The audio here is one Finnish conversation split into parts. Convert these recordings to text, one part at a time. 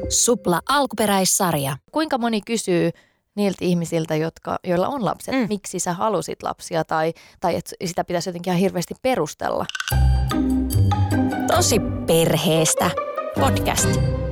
Supla alkuperäissarja. Kuinka moni kysyy niiltä ihmisiltä, joilla on lapset, miksi sä halusit lapsia tai että sitä pitäisi jotenkin ihan hirveästi perustella? Tosi perheestä podcast.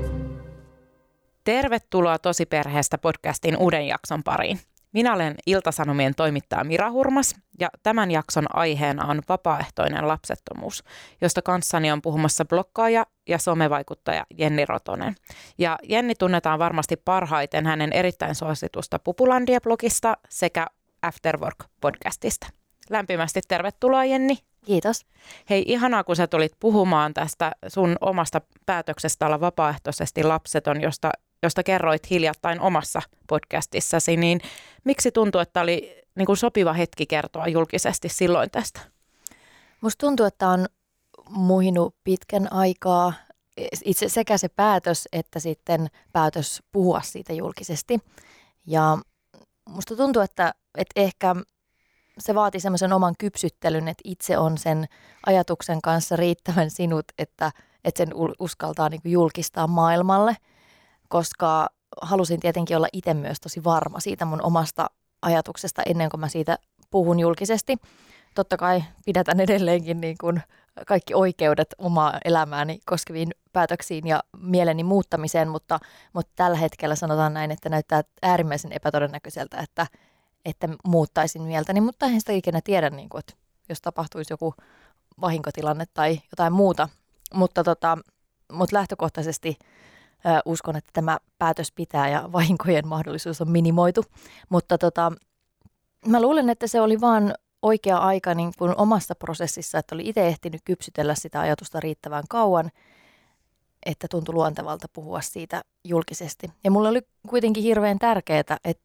Tervetuloa Tosi perheestä podcastin uuden jakson pariin. Minä olen Ilta-Sanomien toimittaja Mira Hurmas ja tämän jakson aiheena on vapaaehtoinen lapsettomuus, josta kanssani on puhumassa bloggaaja ja somevaikuttaja Jenni Rotonen. Ja Jenni tunnetaan varmasti parhaiten hänen erittäin suositusta Pupulandia-blogista sekä Afterwork-podcastista. Lämpimästi tervetuloa, Jenni. Kiitos. Hei, ihanaa kun sä tulit puhumaan tästä sun omasta päätöksestä olla vapaaehtoisesti lapseton, josta kerroit hiljattain omassa podcastissasi, niin miksi tuntuu, että oli niin kuin sopiva hetki kertoa julkisesti silloin tästä? Musta tuntuu, että on muhinut pitkän aikaa itse sekä se päätös että sitten päätös puhua siitä julkisesti. Ja musta tuntuu, että ehkä se vaati semmoisen oman kypsyttelyn, että itse on sen ajatuksen kanssa riittävän sinut, että sen uskaltaa niin kuin julkistaa maailmalle, koska halusin tietenkin olla itse myös tosi varma siitä mun omasta ajatuksesta ennen kuin mä siitä puhun julkisesti. Totta kai pidätän edelleenkin niin kuin kaikki oikeudet omaa elämääni koskeviin päätöksiin ja mieleni muuttamiseen, mutta tällä hetkellä sanotaan näin, että näyttää äärimmäisen epätodennäköiseltä, että muuttaisin mieltäni, mutta eihän sitä ikinä tiedä, niin kuin, että jos tapahtuisi joku vahinkotilanne tai jotain muuta. Mutta lähtökohtaisesti uskon, että tämä päätös pitää ja vahinkojen mahdollisuus on minimoitu. Mutta mä luulen, että se oli vaan oikea aika niin kuin omassa prosessissa, että oli itse ehtinyt kypsytellä sitä ajatusta riittävän kauan, että tuntui luontevalta puhua siitä julkisesti. Ja mulle oli kuitenkin hirveän tärkeää,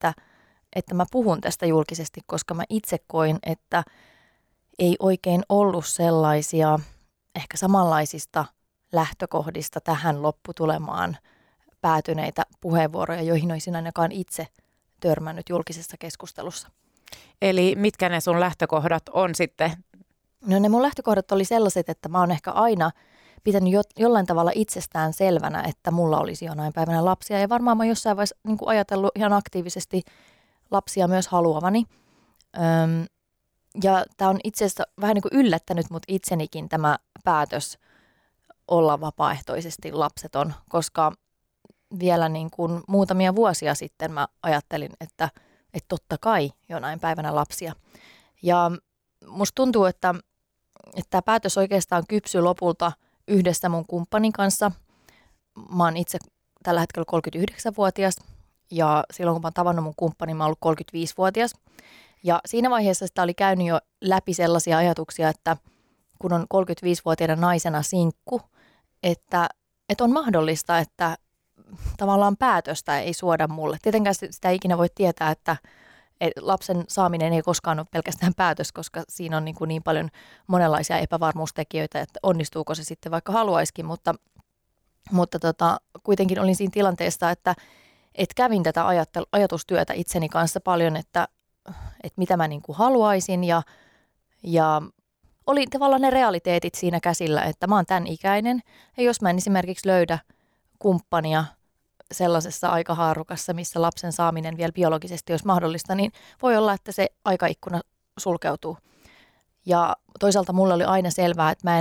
että mä puhun tästä julkisesti, koska mä itse koin, että ei oikein ollut sellaisia ehkä samanlaisista lähtökohdista tähän lopputulemaan päätyneitä puheenvuoroja, joihin olisin ainakaan itse törmännyt julkisessa keskustelussa. Eli mitkä ne sun lähtökohdat on sitten? No ne mun lähtökohdat oli sellaiset, että mä oon ehkä aina pitänyt jollain tavalla itsestään selvänä, että mulla olisi jonain päivänä lapsia. Ja varmaan mä jossain vaiheessa niin kuin ajatellut ihan aktiivisesti lapsia myös haluavani. Ja tää on itse asiassa vähän niin kuin yllättänyt mut itsenikin tämä päätös olla vapaaehtoisesti lapseton, koska vielä niin kuin muutamia vuosia sitten mä ajattelin, että totta kai jonain päivänä lapsia. Ja musta tuntuu, että tämä päätös oikeastaan kypsyi lopulta yhdessä mun kumppanin kanssa. Mä oon itse tällä hetkellä 39-vuotias ja silloin kun mä oon tavannut mun kumppanin, mä oon ollut 35-vuotias. Ja siinä vaiheessa sitä oli käynyt jo läpi sellaisia ajatuksia, että kun on 35-vuotiaana naisena sinkku, että on mahdollista, että tavallaan päätöstä ei suoda mulle. Tietenkään sitä ei ikinä voi tietää, että lapsen saaminen ei koskaan ole pelkästään päätös, koska siinä on niin paljon monenlaisia epävarmuustekijöitä, että onnistuuko se sitten vaikka haluaisikin, mutta kuitenkin olin siinä tilanteessa, että kävin tätä ajatustyötä itseni kanssa paljon, että mitä mä niin kuin haluaisin ja oli tavallaan ne realiteetit siinä käsillä, että mä oon tämän ikäinen ja jos mä en esimerkiksi löydä kumppania sellaisessa aikahaarukassa, missä lapsen saaminen vielä biologisesti olisi mahdollista, niin voi olla, että se aikaikkuna sulkeutuu. Ja toisaalta mulle oli aina selvää, että mä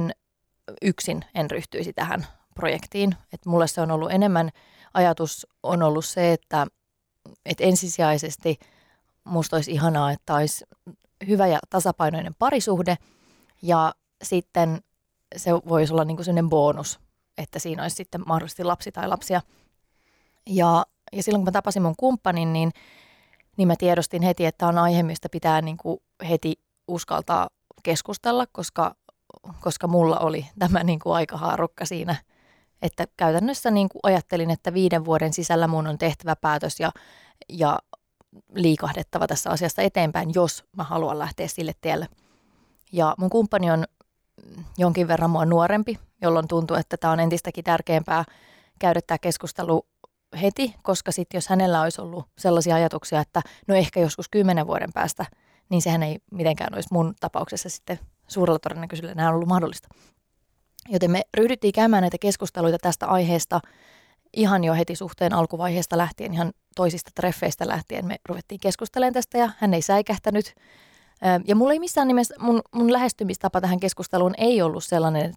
en ryhtyisi tähän projektiin. Että mulle se on ollut enemmän, ajatus on ollut se, että ensisijaisesti musta olisi ihanaa, että olisi hyvä ja tasapainoinen parisuhde ja sitten se voisi olla niin kuin sellainen bonus, että siinä olisi sitten mahdollisesti lapsi tai lapsia. Ja silloin kun mä tapasin mun kumppanin, niin mä tiedostin heti, että on aihe, mistä pitää niin kuin heti uskaltaa keskustella, koska mulla oli tämä niin kuin aikahaarukka siinä, että käytännössä niin kuin ajattelin, että 5 vuoden sisällä mun on tehtävä päätös ja liikahdettava tässä asiasta eteenpäin, jos mä haluan lähteä sille tielle. Ja mun kumppani on jonkin verran mua nuorempi, jolloin tuntuu, että tämä on entistäkin tärkeämpää käydä tämä keskustelu heti, koska sitten jos hänellä olisi ollut sellaisia ajatuksia, että no ehkä joskus 10 vuoden päästä, niin sehän ei mitenkään olisi mun tapauksessa sitten suurella todennäköisyydellä enää ollut mahdollista. Joten me ryhdyttiin käymään näitä keskusteluita tästä aiheesta ihan jo heti suhteen alkuvaiheesta lähtien, ihan toisista treffeistä lähtien me ruvettiin keskustelemaan tästä ja hän ei säikähtänyt. Ja mulla ei missään nimessä, mun lähestymistapa tähän keskusteluun ei ollut sellainen,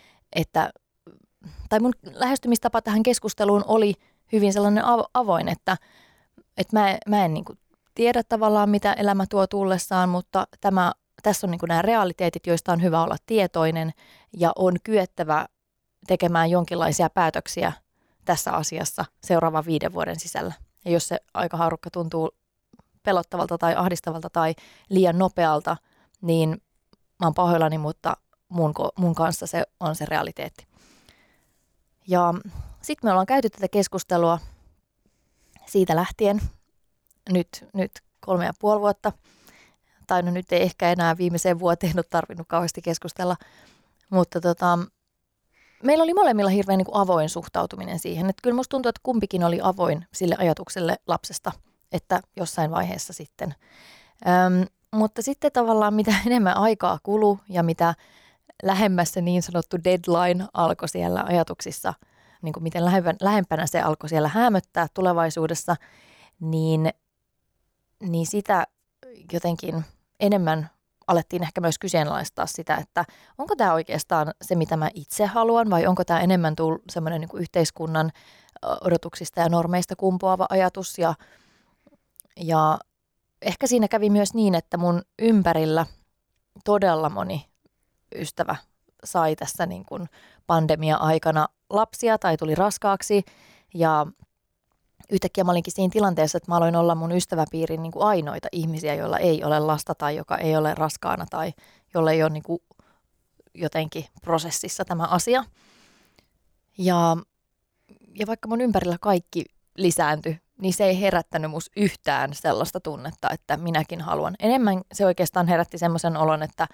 tai mun lähestymistapa tähän keskusteluun oli hyvin sellainen avoin, että mä en niin kuin tiedä tavallaan, mitä elämä tuo tullessaan, mutta tässä on niin kuin nämä realiteetit, joista on hyvä olla tietoinen ja on kyettävä tekemään jonkinlaisia päätöksiä tässä asiassa seuraavan 5 vuoden sisällä. Ja jos se aikahaarukka tuntuu pelottavalta tai ahdistavalta tai liian nopealta, niin mä oon pahoillani, mutta mun kanssa se on se realiteetti. Ja sitten me ollaan käyty tätä keskustelua siitä lähtien nyt 3,5 vuotta. Tai no nyt ei ehkä enää viimeiseen vuoteen ole tarvinnut kauheasti keskustella, mutta meillä oli molemmilla hirveän niin kuin avoin suhtautuminen siihen. Että kyllä musta tuntuu, että kumpikin oli avoin sille ajatukselle lapsesta, että jossain vaiheessa sitten. Mutta sitten tavallaan mitä enemmän aikaa kului ja mitä lähemmäs se niin sanottu deadline alkoi siellä ajatuksissa, niin kuin miten lähempänä se alkoi siellä häämöttää tulevaisuudessa, niin sitä jotenkin enemmän alettiin ehkä myös kyseenalaistaa sitä, että onko tämä oikeastaan se, mitä mä itse haluan, vai onko tämä enemmän tullut semmoinen niin kuin yhteiskunnan odotuksista ja normeista kumpuava ajatus. Ja ehkä siinä kävi myös niin, että mun ympärillä todella moni ystävä sai tässä niin kuin pandemia-aikana lapsia tai tuli raskaaksi ja yhtäkkiä mä olinkin siinä tilanteessa, että mä aloin olla mun ystäväpiirin niin kuin ainoita ihmisiä, joilla ei ole lasta tai joka ei ole raskaana tai jolla ei ole niin kuin jotenkin prosessissa tämä asia. Ja vaikka mun ympärillä kaikki lisääntyi, niin se ei herättänyt musta yhtään sellaista tunnetta, että minäkin haluan. Enemmän se oikeastaan herätti semmoisen olon, että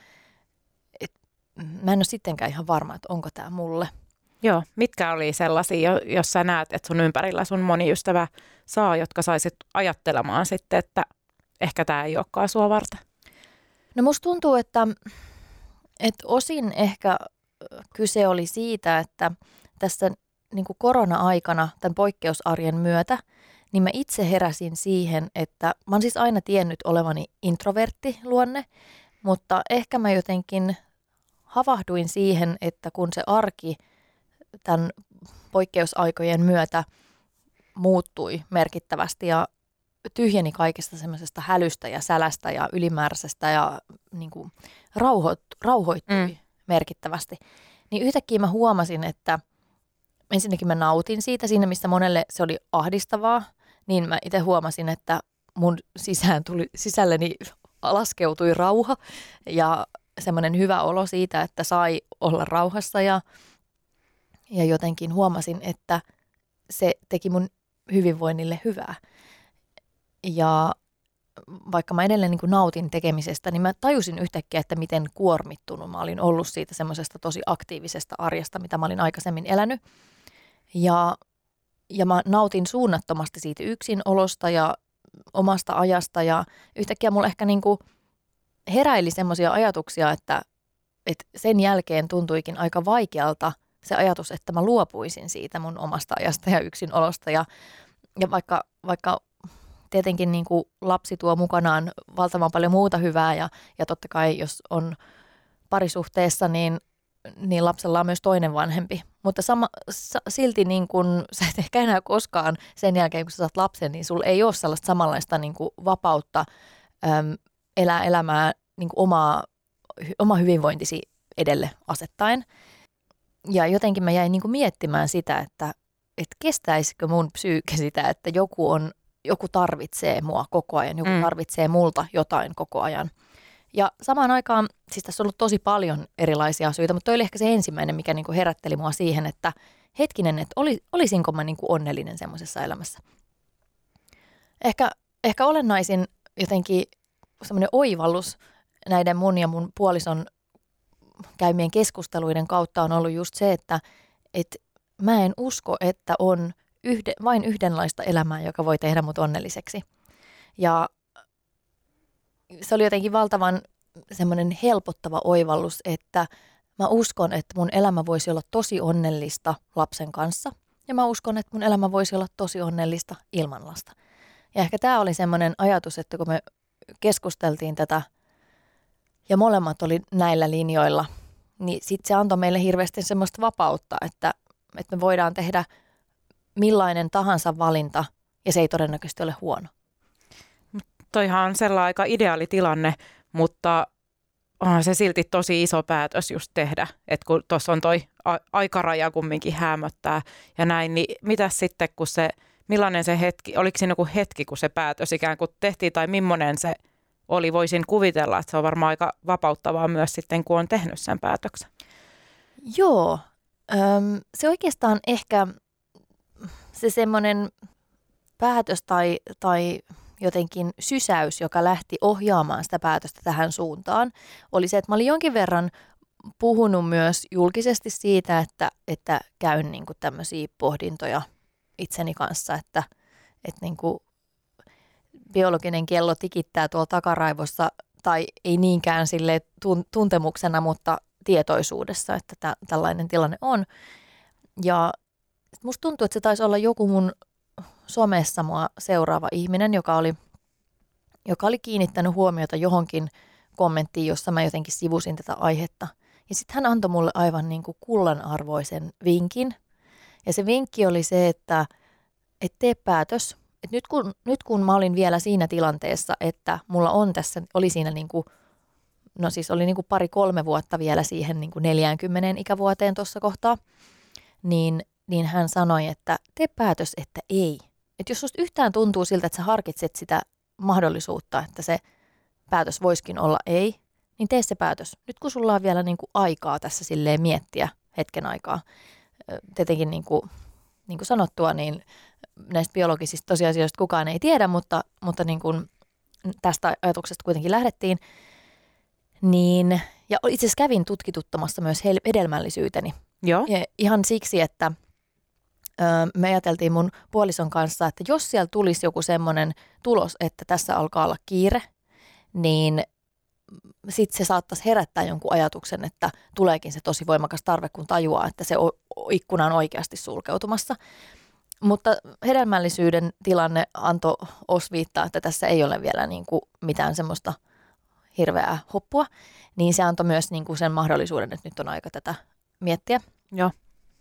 mä en ole sittenkään ihan varma, että onko tämä mulle. Joo, mitkä oli sellaisia, jos sä näet, että sun ympärillä sun moni ystävä saa, jotka saisit ajattelemaan sitten, että ehkä tämä ei olekaan sua varten? No musta tuntuu, että osin ehkä kyse oli siitä, että tässä niin kuin korona-aikana, tämän poikkeusarjen myötä, niin mä itse heräsin siihen, että mä oon siis aina tiennyt olevani introvertti luonne, mutta ehkä mä jotenkin havahduin siihen, että kun se arki tämän poikkeusaikojen myötä muuttui merkittävästi ja tyhjeni kaikesta semmoisesta hälystä ja sälästä ja ylimääräisestä ja niin kuin rauhoittui merkittävästi, niin yhtäkkiä mä huomasin, että ensinnäkin mä nautin siitä siinä, missä monelle se oli ahdistavaa, niin mä itse huomasin, että mun sisälleni laskeutui rauha ja semmoinen hyvä olo siitä, että sai olla rauhassa ja jotenkin huomasin, että se teki mun hyvinvoinnille hyvää. Ja vaikka mä edelleen niin kuin nautin tekemisestä, niin mä tajusin yhtäkkiä, että miten kuormittunut mä olin ollut siitä semmoisesta tosi aktiivisesta arjesta, mitä mä olin aikaisemmin elänyt. Ja mä nautin suunnattomasti siitä yksinolosta ja omasta ajasta ja yhtäkkiä mulla ehkä niin kuin heräili semmoisia ajatuksia, että sen jälkeen tuntuikin aika vaikealta se ajatus, että mä luopuisin siitä mun omasta ajasta ja yksinolosta. Ja vaikka tietenkin niin kuin lapsi tuo mukanaan valtavan paljon muuta hyvää ja totta kai jos on parisuhteessa, niin lapsella on myös toinen vanhempi. Mutta silti niin kun sä et ehkä enää koskaan sen jälkeen, kun sä saat lapsen, niin sulla ei ole sellaista samanlaista niin kuin vapautta elää elämää niin kuin oma hyvinvointisi edelle asettaen. Ja jotenkin mä jäin niin kuin miettimään sitä, että kestäisikö mun psyyke sitä, että joku tarvitsee mua koko ajan, joku tarvitsee multa jotain koko ajan. Ja samaan aikaan, siis tässä on ollut tosi paljon erilaisia syitä, mutta toi oli ehkä se ensimmäinen, mikä niin kuin herätteli mua siihen, että hetkinen, että olisinko mä niin kuin onnellinen semmoisessa elämässä. Ehkä olennaisin jotenkin semmoinen oivallus näiden mun ja mun puolison käymien keskusteluiden kautta on ollut just se, että mä en usko, että on vain yhdenlaista elämää, joka voi tehdä mut onnelliseksi. Ja se oli jotenkin valtavan semmoinen helpottava oivallus, että mä uskon, että mun elämä voisi olla tosi onnellista lapsen kanssa ja mä uskon, että mun elämä voisi olla tosi onnellista ilman lasta. Ja ehkä tämä oli semmoinen ajatus, että kun me keskusteltiin tätä ja molemmat oli näillä linjoilla, niin sitten se antoi meille hirveästi semmoista vapautta, että me voidaan tehdä millainen tahansa valinta ja se ei todennäköisesti ole huono. Toihan on sellainen aika ideaali tilanne, mutta onhan se silti tosi iso päätös just tehdä, että kun tuossa on toi aikaraja kumminkin häämöttää ja näin, niin mitäs sitten kun millainen se hetki, oliko siinä joku hetki kun se päätös ikään kuin tehtiin tai millainen se oli, voisin kuvitella, että se on varmaan aika vapauttavaa myös sitten kun on tehnyt sen päätöksen. Joo, se oikeastaan ehkä se semmoinen päätös tai jotenkin sysäys, joka lähti ohjaamaan sitä päätöstä tähän suuntaan, oli se, että mä olin jonkin verran puhunut myös julkisesti siitä, että käyn niin kuin tämmöisiä pohdintoja itseni kanssa, että niin kuin biologinen kello tikittää tuolla takaraivossa, tai ei niinkään sille tuntemuksena, mutta tietoisuudessa, että tällainen tilanne on. Ja musta tuntuu, että se taisi olla joku mun somessa mua seuraava ihminen, joka oli kiinnittänyt huomiota johonkin kommenttiin, jossa mä jotenkin sivusin tätä aihetta. Ja sitten hän antoi mulle aivan niin kuin kullanarvoisen vinkin. Ja se vinkki oli se, että tee päätös. Et nyt kun mä olin vielä siinä tilanteessa, että mulla on tässä, oli siinä niin kuin, no siis oli niin kuin 2-3 vuotta vielä siihen niin kuin 40 ikävuoteen tuossa kohtaa, niin hän sanoi, että tee päätös, että ei. Että jos susta yhtään tuntuu siltä, että sä harkitset sitä mahdollisuutta, että se päätös voisikin olla ei, niin tee se päätös. Nyt kun sulla on vielä niin kuin aikaa tässä silleen miettiä hetken aikaa. Tietenkin niin kuin sanottua, niin näistä biologisista tosiasioista kukaan ei tiedä, mutta niin kuin tästä ajatuksesta kuitenkin lähdettiin. Niin, ja itse asiassa kävin tutkituttamassa myös hedelmällisyyteni. Joo. Ja ihan siksi, että me ajateltiin mun puolison kanssa, että jos siellä tulisi joku semmoinen tulos, että tässä alkaa olla kiire, niin sitten se saattaisi herättää jonkun ajatuksen, että tuleekin se tosi voimakas tarve, kun tajuaa, että se ikkuna on oikeasti sulkeutumassa. Mutta hedelmällisyyden tilanne antoi osviittaa, että tässä ei ole vielä niin kuin mitään semmoista hirveää hoppua, niin se antoi myös niin kuin sen mahdollisuuden, että nyt on aika tätä miettiä. Joo.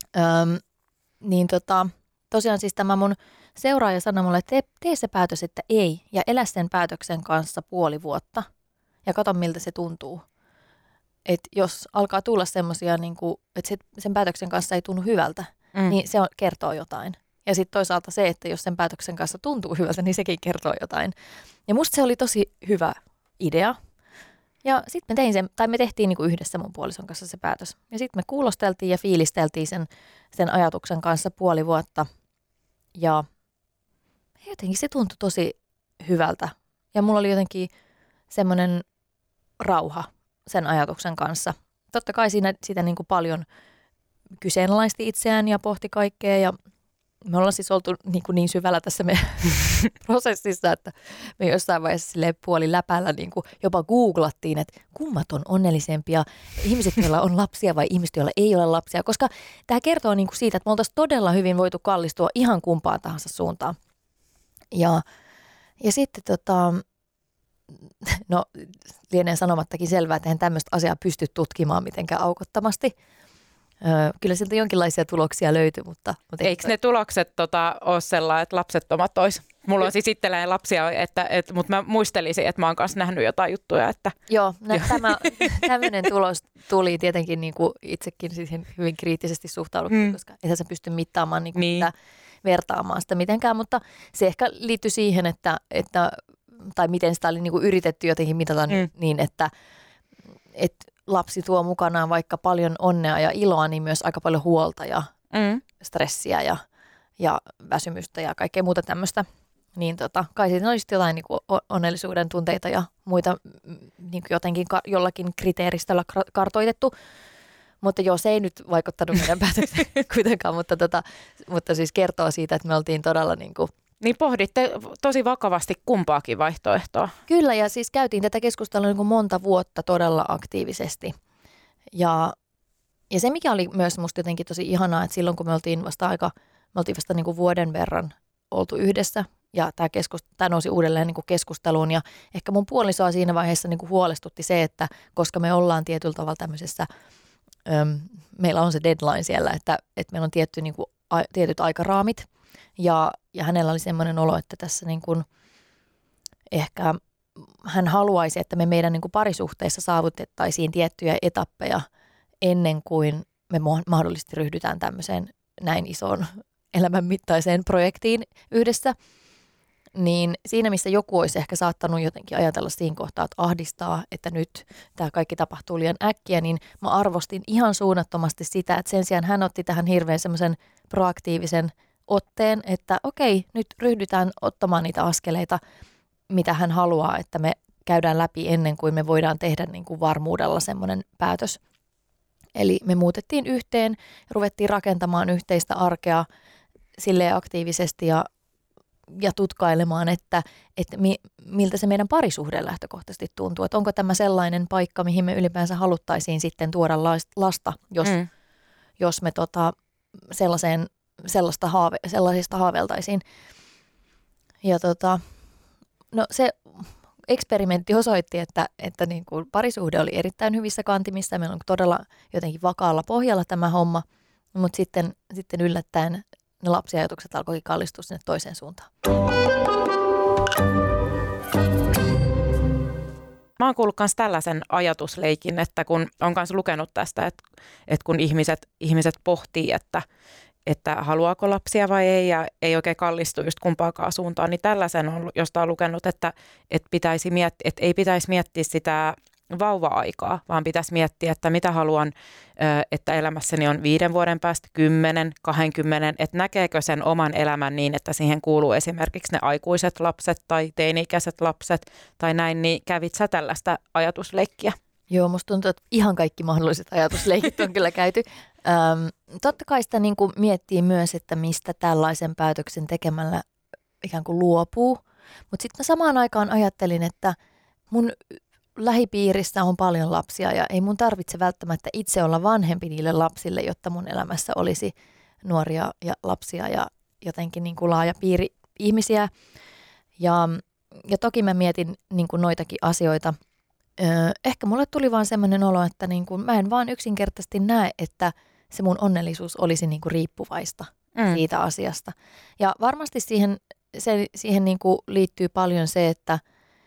Niin tosiaan siis tämä mun seuraaja sanoi mulle, että tee se päätös, että ei, ja elä sen päätöksen kanssa 5 vuotta ja katso miltä se tuntuu. Että jos alkaa tulla semmoisia, niin että sen päätöksen kanssa ei tunnu hyvältä, niin se kertoo jotain. Ja sitten toisaalta se, että jos sen päätöksen kanssa tuntuu hyvältä, niin sekin kertoo jotain. Ja musta se oli tosi hyvä idea. Ja sitten me tehtiin niin kuin yhdessä mun puolison kanssa se päätös. Ja sitten me kuulosteltiin ja fiilisteltiin sen ajatuksen kanssa 5 vuotta. Ja jotenkin se tuntui tosi hyvältä. Ja mulla oli jotenkin semmoinen rauha sen ajatuksen kanssa. Totta kai siinä sitä niin kuin paljon kyseenalaisti itseään ja pohti kaikkea. Ja me ollaan siis oltu niin syvällä tässä meidän prosessissa, että me jossain vaiheessa puoli läpällä niin kuin jopa googlattiin, että kummat on onnellisempia, ihmiset, joilla on lapsia vai ihmiset, joilla ei ole lapsia. Koska tämä kertoo niin kuin siitä, että me oltaisiin todella hyvin voitu kallistua ihan kumpaan tahansa suuntaan. Ja sitten no lienee sanomattakin selvää, että eihän tämmöistä asiaa pysty tutkimaan mitenkään aukottomasti. Kyllä sieltä jonkinlaisia tuloksia löytyy, mutta eikö ne tulokset ole sellainen, että lapsettomat olisi? Mulla on siis itselleen lapsia, mutta mä muistelisin, että mä oon kanssa nähnyt jotain juttuja. Että... Joo, tämmöinen tulos tuli tietenkin niin kuin itsekin siihen hyvin kriittisesti suhtauduttiin, koska eihän sä pysty mittaamaan sitä, vertaamaan sitä mitenkään, mutta se ehkä liittyi siihen, että tai miten sitä oli niin kuin yritetty jotenkin mitata niin, että lapsi tuo mukanaan vaikka paljon onnea ja iloa, niin myös aika paljon huolta ja stressiä ja väsymystä ja kaikkea muuta tämmöistä. Niin kai siinä olisi jotain niin kuin onnellisuuden tunteita ja muita niin kuin jotenkin jollakin kriteeristöllä kartoitettu. Mutta joo, se ei nyt vaikuttanut meidän päätökseen kuitenkaan, mutta siis kertoo siitä, että me oltiin todella niin kuin... Niin pohditte tosi vakavasti kumpaakin vaihtoehtoa. Kyllä, ja siis käytiin tätä keskustelua niin kuin monta vuotta todella aktiivisesti. Ja se, mikä oli myös musta jotenkin tosi ihanaa, että silloin kun me Me oltiin vasta niin kuin vuoden verran oltu yhdessä ja tämä nousi uudelleen niin kuin keskusteluun ja ehkä mun puolisoa siinä vaiheessa niin kuin huolestutti se, että koska me ollaan tietyllä tavalla tämmöisessä, meillä on se deadline siellä, että meillä on niin kuin, tietyt aikaraamit ja hänellä oli semmoinen olo, että tässä niin kuin ehkä hän haluaisi, että me meidän niin kuin parisuhteessa saavutettaisiin tiettyjä etappeja ennen kuin me mahdollisesti ryhdytään tämmöiseen näin isoon elämänmittaiseen projektiin yhdessä. Niin siinä, missä joku olisi ehkä saattanut jotenkin ajatella siinä kohtaa, että ahdistaa, että nyt tämä kaikki tapahtuu liian äkkiä, niin mä arvostin ihan suunnattomasti sitä, että sen sijaan hän otti tähän hirveän semmoisen proaktiivisen otteen, että okei, nyt ryhdytään ottamaan niitä askeleita, mitä hän haluaa, että me käydään läpi ennen kuin me voidaan tehdä niin kuin varmuudella semmoinen päätös. Eli me muutettiin yhteen, ruvettiin rakentamaan yhteistä arkea silleen aktiivisesti ja tutkailemaan, että miltä se meidän parisuhde lähtökohtaisesti tuntuu. Että onko tämä sellainen paikka, mihin me ylipäänsä haluttaisiin sitten tuoda lasta, jos me sellaisista haaveiltaisiin. Ja no se eksperimentti osoitti, että niin kuin parisuhde oli erittäin hyvissä kantimissa. Meillä on todella jotenkin vakaalla pohjalla tämä homma, mutta sitten yllättäen ne lapsiajatukset alkoikin kallistua sinne toiseen suuntaan. Mä oon kuullut myös tällaisen ajatusleikin, että kun on myös lukenut tästä, että kun ihmiset pohtii, että haluaako lapsia vai ei ja ei oikein kallistu just kumpaakaan suuntaan, niin tällaisen on jostain lukenut, että ei pitäisi miettiä sitä vauva-aikaa, vaan pitäisi miettiä, että mitä haluan, että elämässäni on 5 vuoden päästä, 10, 20, että näkeekö sen oman elämän niin, että siihen kuuluu esimerkiksi ne aikuiset lapset tai teini-ikäiset lapset tai näin, niin kävit sä tällaista ajatusleikkiä? Joo, musta tuntuu, että ihan kaikki mahdolliset ajatusleikit on kyllä käyty. Totta kai sitä niin kuin miettii myös, että mistä tällaisen päätöksen tekemällä ikään kuin luopuu. Mutta sitten samaan aikaan ajattelin, että mun lähipiirissä on paljon lapsia ja ei mun tarvitse välttämättä itse olla vanhempi niille lapsille, jotta mun elämässä olisi nuoria ja lapsia ja jotenkin niin kuin laaja piiri ihmisiä. Ja toki mä mietin niin kuin noitakin asioita. Ehkä mulle tuli vaan semmoinen olo, että niin kuin mä en vaan yksinkertaisesti näe, että se mun onnellisuus olisi niin kuin riippuvaista siitä asiasta. Ja varmasti siihen niin kuin liittyy paljon se, että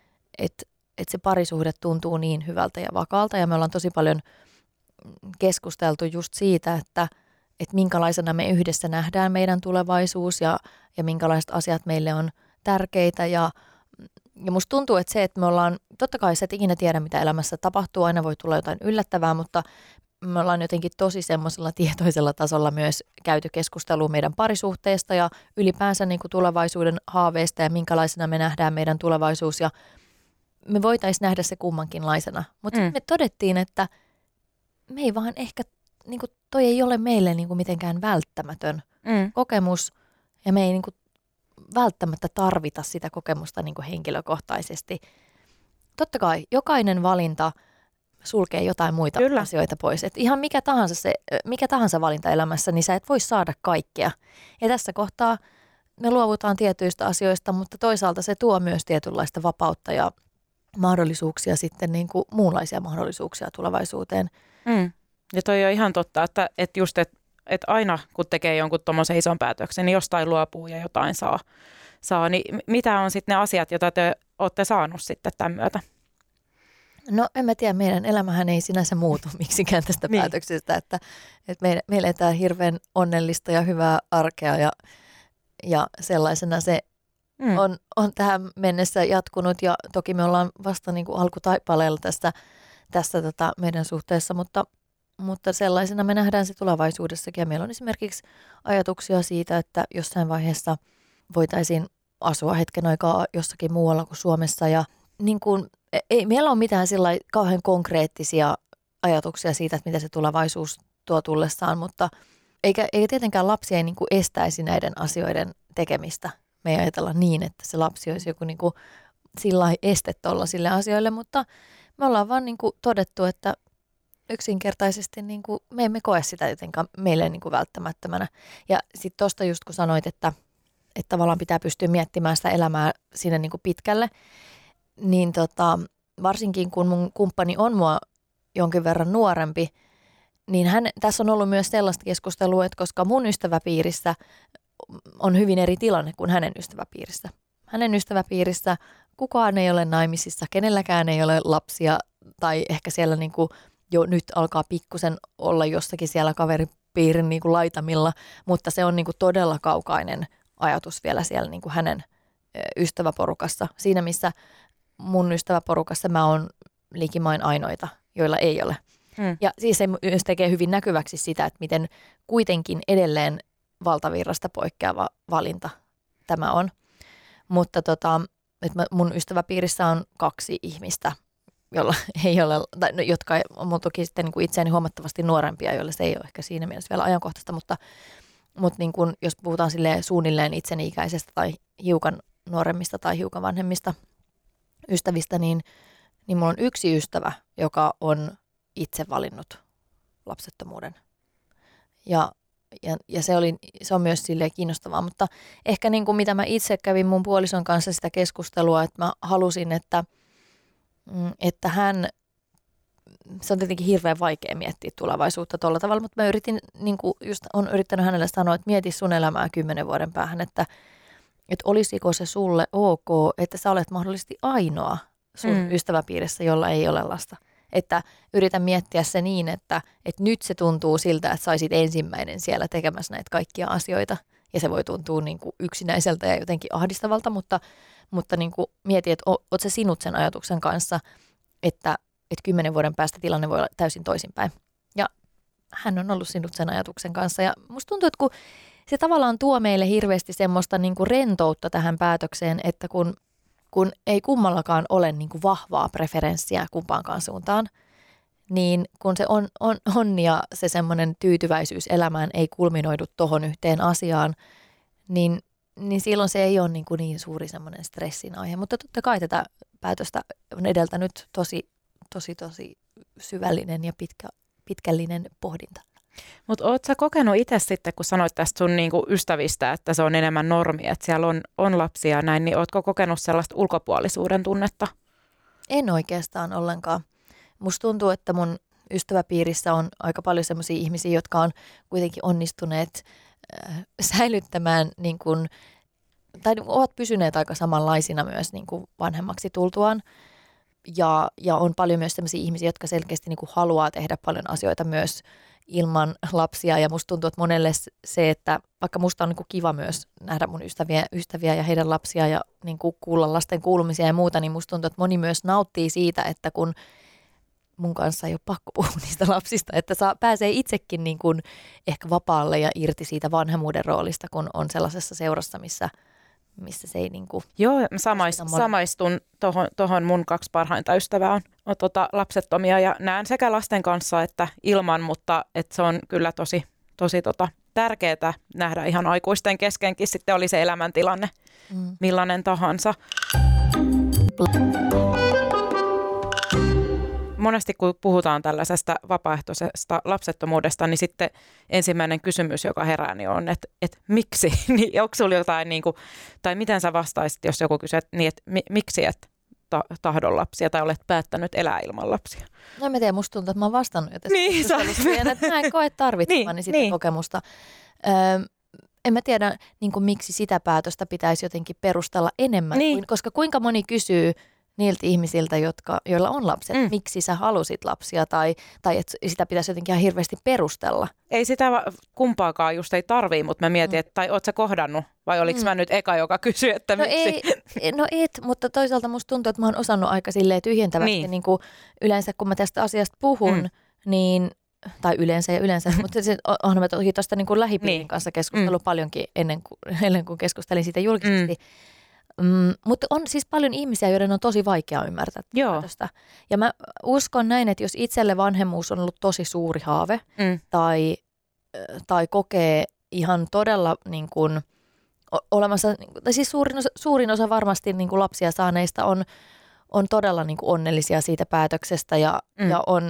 se parisuhde tuntuu niin hyvältä ja vakaalta. Ja me ollaan tosi paljon keskusteltu just siitä, että minkälaisena me yhdessä nähdään meidän tulevaisuus ja minkälaiset asiat meille on tärkeitä. Ja musta tuntuu, että se, että me ollaan, totta kai sä et ikinä tiedä, mitä elämässä tapahtuu, aina voi tulla jotain yllättävää, mutta me ollaan jotenkin tosi semmoisella tietoisella tasolla myös käyty keskustelua meidän parisuhteesta ja ylipäänsä niin kuin tulevaisuuden haaveista ja minkälaisena me nähdään meidän tulevaisuus ja me voitaisiin nähdä se kummankinlaisena. Mutta me todettiin, että me ei vaan ehkä, niin kuin toi ei ole meille niin kuin mitenkään välttämätön kokemus ja me ei niin kuin välttämättä tarvita sitä kokemusta niin kuin henkilökohtaisesti. Totta kai jokainen valinta sulkee jotain muita asioita pois. Et ihan mikä tahansa valinta elämässä, niin sä et voi saada kaikkea. Ja tässä kohtaa me luovutaan tietyistä asioista, mutta toisaalta se tuo myös tietynlaista vapautta ja mahdollisuuksia sitten niin kuin muunlaisia mahdollisuuksia tulevaisuuteen. Ja toi on ihan totta, että aina kun tekee jonkun tommoisen ison päätöksen, niin jostain luopuu ja jotain saa. Niin mitä on sitten ne asiat, joita te olette saanut sitten tämän myötä? No en mä tiedä, meidän elämähän ei sinänsä muutu miksikään tästä päätöksestä, että me eletään hirveän onnellista ja hyvää arkea ja sellaisena se on tähän mennessä jatkunut ja toki me ollaan vasta niin kuin alkutaipaleella tässä meidän suhteessa, mutta sellaisena me nähdään se tulevaisuudessakin ja meillä on esimerkiksi ajatuksia siitä, että jossain vaiheessa voitaisiin asua hetken aikaa jossakin muualla kuin Suomessa ja niin kuin, ei meillä ole mitään kauhean konkreettisia ajatuksia siitä, että mitä se tulevaisuus tuo tullessaan, mutta eikä tietenkään lapsi ei niin kuin estäisi näiden asioiden tekemistä. Me ei ajatella niin, että se lapsi olisi joku niin kuin sillä este sille asioille, mutta me ollaan vaan niin kuin todettu, että yksinkertaisesti niin kuin, me emme koe sitä jotenkaan meille niin kuin välttämättömänä. Ja sitten tuosta just kun sanoit, että tavallaan pitää pystyä miettimään sitä elämää sinne niin kuin pitkälle, niin varsinkin kun mun kumppani on mua jonkin verran nuorempi, niin tässä on ollut myös sellaista keskustelua, että koska mun ystäväpiirissä on hyvin eri tilanne kuin hänen ystäväpiirissä. Hänen ystäväpiirissä kukaan ei ole naimisissa, kenelläkään ei ole lapsia tai ehkä siellä niin kuin jo nyt alkaa pikkusen olla jossakin siellä kaveripiirin niin kuin laitamilla, mutta se on niin kuin todella kaukainen ajatus vielä siellä niin kuin hänen ystäväporukassa. Siinä missä mun ystäväporukassa mä oon likimain ainoita, joilla ei ole. Ja siis se myös tekee hyvin näkyväksi sitä, että miten kuitenkin edelleen valtavirrasta poikkeava valinta tämä on. Mutta että mun ystäväpiirissä on 2 ihmistä, jolla ei ole, tai jotka on toki sitten niin kuin itseäni huomattavasti nuorempia, joille se ei ole ehkä siinä mielessä vielä ajankohtaista, mutta niin kuin, jos puhutaan silleen suunnilleen itseni ikäisestä tai hiukan nuoremmista tai hiukan vanhemmista ystävistä, niin mulla on yksi ystävä, joka on itse valinnut lapsettomuuden. Ja se on myös silleen kiinnostavaa, mutta ehkä niin kuin mitä mä itse kävin mun puolison kanssa sitä keskustelua, että mä halusin, että hän, se on tietenkin hirveän vaikea miettiä tulevaisuutta tuolla tavalla, mutta mä yritin, niin kuin just on yrittänyt hänelle sanoa, että mieti sun elämää 10 vuoden päähän, että olisiko se sulle ok, että sä olet mahdollisesti ainoa sun ystäväpiirissä, jolla ei ole lasta. Että yritän miettiä se niin, että nyt se tuntuu siltä, että saisit ensimmäinen siellä tekemässä näitä kaikkia asioita. Ja se voi tuntua niin kuin yksinäiseltä ja jotenkin ahdistavalta, mutta niin kuin mieti, että oot se sinut sen ajatuksen kanssa, että 10 vuoden päästä tilanne voi olla täysin toisinpäin. Ja hän on ollut sinut sen ajatuksen kanssa. Ja musta tuntuu, että kun se tavallaan tuo meille hirveästi semmoista niin kuin rentoutta tähän päätökseen, että kun ei kummallakaan ole niin kuin vahvaa preferenssiä kumpaankaan suuntaan, niin kun se on ja se semmoinen tyytyväisyys elämään ei kulminoidu tohon yhteen asiaan, niin silloin se ei ole niin suuri semmoinen stressin aihe. Mutta totta kai tätä päätöstä on edeltänyt tosi syvällinen ja pitkällinen pohdinta. Mutta ootko sä kokenut itse sitten, kun sanoit tästä sun niinku ystävistä, että se on enemmän normi, että siellä on lapsia ja näin, niin ootko kokenut sellaista ulkopuolisuuden tunnetta? En oikeastaan ollenkaan. Musta tuntuu, että mun ystäväpiirissä on aika paljon sellaisia ihmisiä, jotka on kuitenkin onnistuneet säilyttämään niin kuin, tai ovat pysyneet aika samanlaisina myös niin kuin vanhemmaksi tultuaan. Ja on paljon myös sellaisia ihmisiä, jotka selkeästi niin kuin haluaa tehdä paljon asioita myös ilman lapsia. Ja musta tuntuu, että monelle se, että vaikka musta on niin kuin kiva myös nähdä mun ystäviä ja heidän lapsia ja niin kuin kuulla lasten kuulumisia ja muuta, niin musta tuntuu, että moni myös nauttii siitä, että kun mun kanssa ei ole pakko puhua niistä lapsista, että pääsee itsekin niin kuin ehkä vapaalle ja irti siitä vanhemmuuden roolista, kun on sellaisessa seurassa, missä se ei niin kuin... Joo, samaistun tuohon mun 2 parhainta ystävää on lapsettomia ja näen sekä lasten kanssa että ilman, mutta että se on kyllä tosi tärkeää nähdä ihan aikuisten keskenkin, sitten oli se elämäntilanne millainen tahansa. Monesti kun puhutaan tällaisesta vapaaehtoisesta lapsettomuudesta, niin sitten ensimmäinen kysymys, joka herää, niin on, että miksi? Niin onko sinulla jotain, niin kuin, tai miten sä vastaisit, jos joku kysyy, niin että miksi et tahdon lapsia tai olet päättänyt elää ilman lapsia? No en mä tiedä, musta tuntuu, että mä oon vastannut jo tästä että mä en koe tarvitsemani sitä kokemusta. En mä tiedä, niin kuin, miksi sitä päätöstä pitäisi jotenkin perustella enemmän, koska kuinka moni kysyy niiltä ihmisiltä, joilla on lapset, miksi sä halusit lapsia tai että sitä pitäisi jotenkin ihan hirveästi perustella. Ei sitä kumpaakaan just ei tarvii, mutta mä mietin, että tai oot sä kohdannut vai oliko mä nyt eka, joka kysyi, että miksi? Mutta toisaalta musta tuntuu, että mä oon osannut aika silleen tyhjentävästi, niin kuin yleensä kun mä tästä asiasta puhun, niin tai yleensä, mutta onhan mä toki tuosta niin kuin lähipiirin kanssa keskustellut paljonkin ennen kuin keskustelin siitä julkisesti. Mutta on siis paljon ihmisiä, joiden on tosi vaikea ymmärtää tästä. Ja mä uskon näin, että jos itselle vanhemmuus on ollut tosi suuri haave tai kokee ihan todella niin kuin olemassa, tai siis suurin osa varmasti niin kuin lapsia saaneista on todella niin kuin onnellisia siitä päätöksestä ja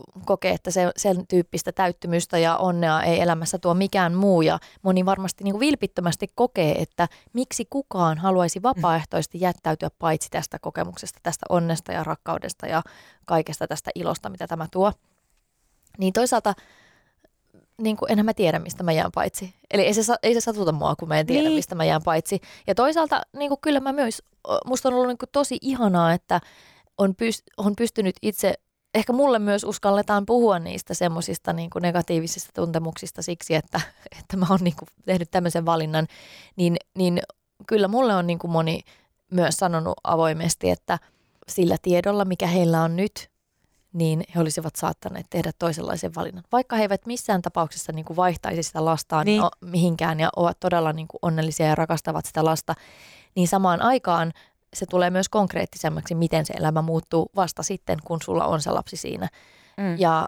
kokee, että sen tyyppistä täyttymystä ja onnea ei elämässä tuo mikään muu. Ja moni varmasti niin kuin vilpittömästi kokee, että miksi kukaan haluaisi vapaaehtoisesti jättäytyä paitsi tästä kokemuksesta, tästä onnesta ja rakkaudesta ja kaikesta tästä ilosta, mitä tämä tuo. Niin toisaalta niin kuin enhän mä tiedä, mistä mä jään paitsi. Eli ei se satuta mua, kun mä en tiedä, mistä mä jään paitsi. Ja toisaalta niin kuin kyllä mä myös, musta on ollut niin kuin tosi ihanaa, että on pystynyt itse, ehkä mulle myös uskalletaan puhua niistä semmoisista niin kuin negatiivisista tuntemuksista siksi, että mä oon niin kuin tehnyt tämmöisen valinnan. Niin kyllä mulle on niin kuin moni myös sanonut avoimesti, että sillä tiedolla, mikä heillä on nyt, niin he olisivat saattaneet tehdä toisenlaisen valinnan. Vaikka he eivät missään tapauksessa niin kuin vaihtaisi sitä lastaan mihinkään ja ovat todella niin kuin onnellisia ja rakastavat sitä lasta, niin samaan aikaan se tulee myös konkreettisemmaksi, miten se elämä muuttuu vasta sitten, kun sulla on se lapsi siinä. Ja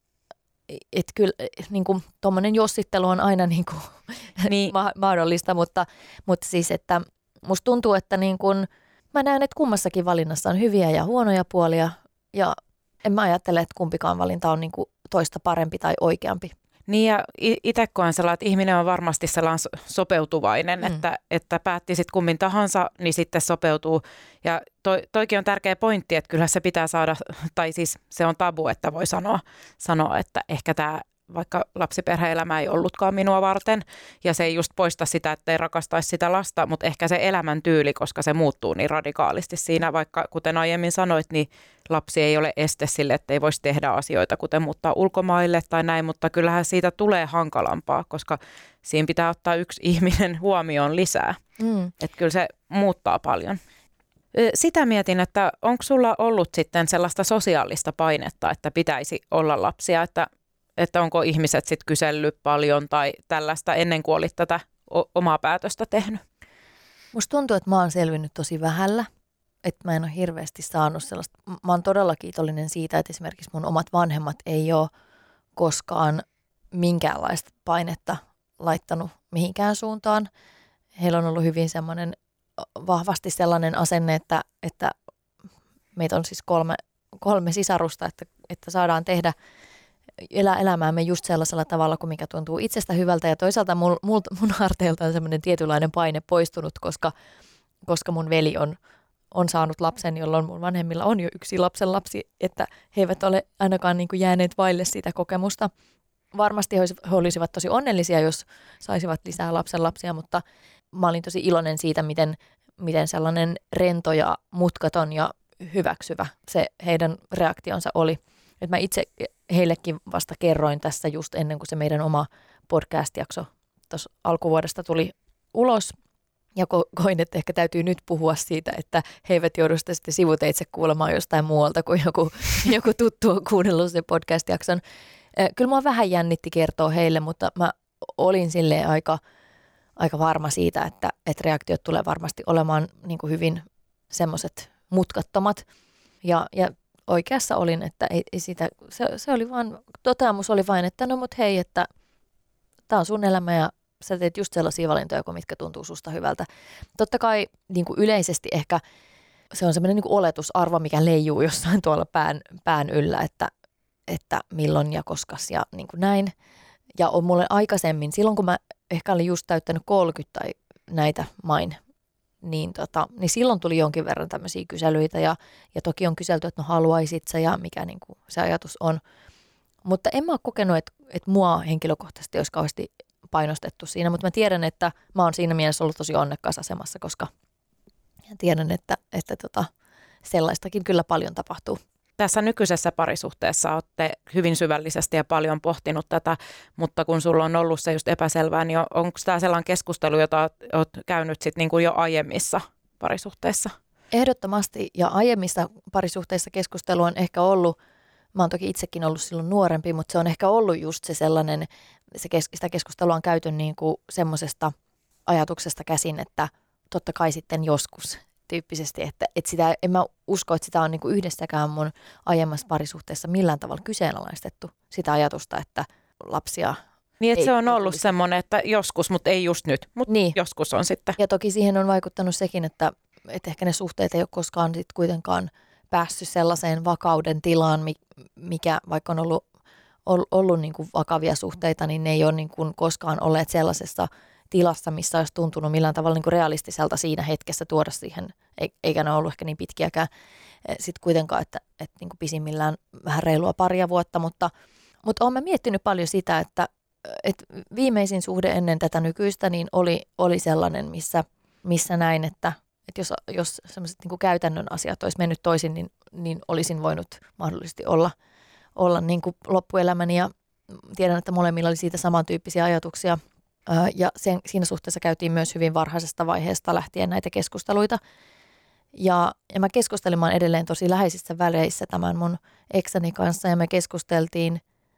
et kyllä niin kuin tuommoinen jossittelu on aina niin kuin mahdollista, mutta siis, että musta tuntuu, että niin kuin, mä näen, että kummassakin valinnassa on hyviä ja huonoja puolia ja en mä ajattele, että kumpikaan valinta on niin kuin toista parempi tai oikeampi. Niin ja itse koen sellainen, että ihminen on varmasti sellainen sopeutuvainen, että päätti sitten kummin tahansa, niin sitten sopeutuu. Ja toikin on tärkeä pointti, että kyllä se pitää saada, tai siis se on tabu, että voi sanoa että ehkä tämä vaikka lapsiperhe-elämä ei ollutkaan minua varten ja se ei just poista sitä, että ei rakastaisi sitä lasta, mutta ehkä se elämäntyyli, koska se muuttuu niin radikaalisti siinä, vaikka kuten aiemmin sanoit, niin lapsi ei ole este sille, että ei voisi tehdä asioita, kuten muuttaa ulkomaille tai näin, mutta kyllähän siitä tulee hankalampaa, koska siinä pitää ottaa yksi ihminen huomioon lisää, että kyllä se muuttaa paljon. Sitä mietin, että onko sulla ollut sitten sellaista sosiaalista painetta, että pitäisi olla lapsia, että onko ihmiset sitten kysellyt paljon tai tällaista ennen kuin olit tätä omaa päätöstä tehnyt? Musta tuntuu, että mä oon selvinnyt tosi vähällä, että mä en ole hirveästi saanut sellaista. Mä oon todella kiitollinen siitä, että esimerkiksi mun omat vanhemmat ei ole koskaan minkäänlaista painetta laittanut mihinkään suuntaan. Heillä on ollut hyvin vahvasti sellainen asenne, että meitä on siis kolme sisarusta, että saadaan elää elämäämme just sellaisella tavalla, kuin mikä tuntuu itsestä hyvältä. Ja toisaalta mun harteilta on semmoinen tietynlainen paine poistunut, koska mun veli on saanut lapsen, jolloin mun vanhemmilla on jo yksi lapsi, että he eivät ole ainakaan niin kuin jääneet vaille sitä kokemusta. Varmasti he olisivat tosi onnellisia, jos saisivat lisää lapsia, mutta mä olin tosi iloinen siitä, miten sellainen rento ja mutkaton ja hyväksyvä se heidän reaktionsa oli. Et mä itse heillekin vasta kerroin tässä just ennen kuin se meidän oma podcast-jakso tuossa alkuvuodesta tuli ulos. Ja koin, että ehkä täytyy nyt puhua siitä, että he eivät joudu sitä sitten sivuteitse kuulemaan jostain muualta, kuin joku tuttu on kuunnellut sen podcast-jakson. Kyllä mua vähän jännitti kertoa heille, mutta mä olin silleen aika varma siitä, että reaktiot tulee varmasti olemaan niin kuin hyvin semmoiset mutkattomat. Ja oikeassa olin, että ei sitä, se oli vaan, toteamus oli vain, että no mut hei, että tää on sun elämä ja sä teet just sellaisia valintoja, mitkä tuntuu susta hyvältä. Totta kai niin kuin yleisesti ehkä se on semmoinen niin kuin oletusarvo, mikä leijuu jossain tuolla pään yllä, että milloin ja koskas ja niin kuin näin. Ja on mulle aikaisemmin, silloin kun mä ehkä olin just täyttänyt 30 tai näitä niin silloin tuli jonkin verran tämmöisiä kyselyitä ja toki on kyselty, että no haluaisit sä ja mikä niin kuin se ajatus on. Mutta en mä ole kokenut, että mua henkilökohtaisesti olisi kauheasti painostettu siinä, mutta mä tiedän, että mä oon siinä mielessä ollut tosi onnekkaassa asemassa, koska tiedän, että sellaistakin kyllä paljon tapahtuu. Tässä nykyisessä parisuhteessa olette hyvin syvällisesti ja paljon pohtinut tätä, mutta kun sulla on ollut se just epäselvää, niin onko tämä sellainen keskustelu, jota olet käynyt sit niin kuin jo aiemmissa parisuhteissa? Ehdottomasti, ja aiemmissa parisuhteissa keskustelu on ehkä ollut, mä oon toki itsekin ollut silloin nuorempi, mutta se on ehkä ollut just se sellainen, sitä keskustelua on käyty niin kuin semmoisesta ajatuksesta käsin, että totta kai sitten joskus tyyppisesti, että sitä, en mä usko, että sitä on niin kuin yhdessäkään mun aiemmassa parisuhteessa millään tavalla kyseenalaistettu sitä ajatusta, että lapsia niin, että se on ollut semmoinen, että joskus, mutta ei just nyt, mutta niin. Joskus on sitten. Ja toki siihen on vaikuttanut sekin, että ehkä ne suhteet ei ole koskaan sit kuitenkaan päässyt sellaiseen vakauden tilaan, mikä vaikka on ollut niin kuin vakavia suhteita, niin ne ei ole niin kuin koskaan olleet sellaisessa tilassa, missä olisi tuntunut millään tavalla niin kuin realistiselta siinä hetkessä tuoda siihen, eikä ne ollut ehkä niin pitkiäkään sitten kuitenkaan, että niin kuin pisimmillään vähän reilua paria vuotta, mutta olen mä miettinyt paljon sitä, että viimeisin suhde ennen tätä nykyistä niin oli sellainen, missä näin, että jos sellaiset niin kuin käytännön asiat olisi mennyt toisin, niin olisin voinut mahdollisesti olla niin kuin loppuelämäni ja tiedän, että molemmilla oli siitä samantyyppisiä ajatuksia ja siinä suhteessa käytiin myös hyvin varhaisesta vaiheesta lähtien näitä keskusteluita ja mä keskustelin edelleen tosi läheisissä väleissä tämän mun eksäni kanssa ja me keskusteltiin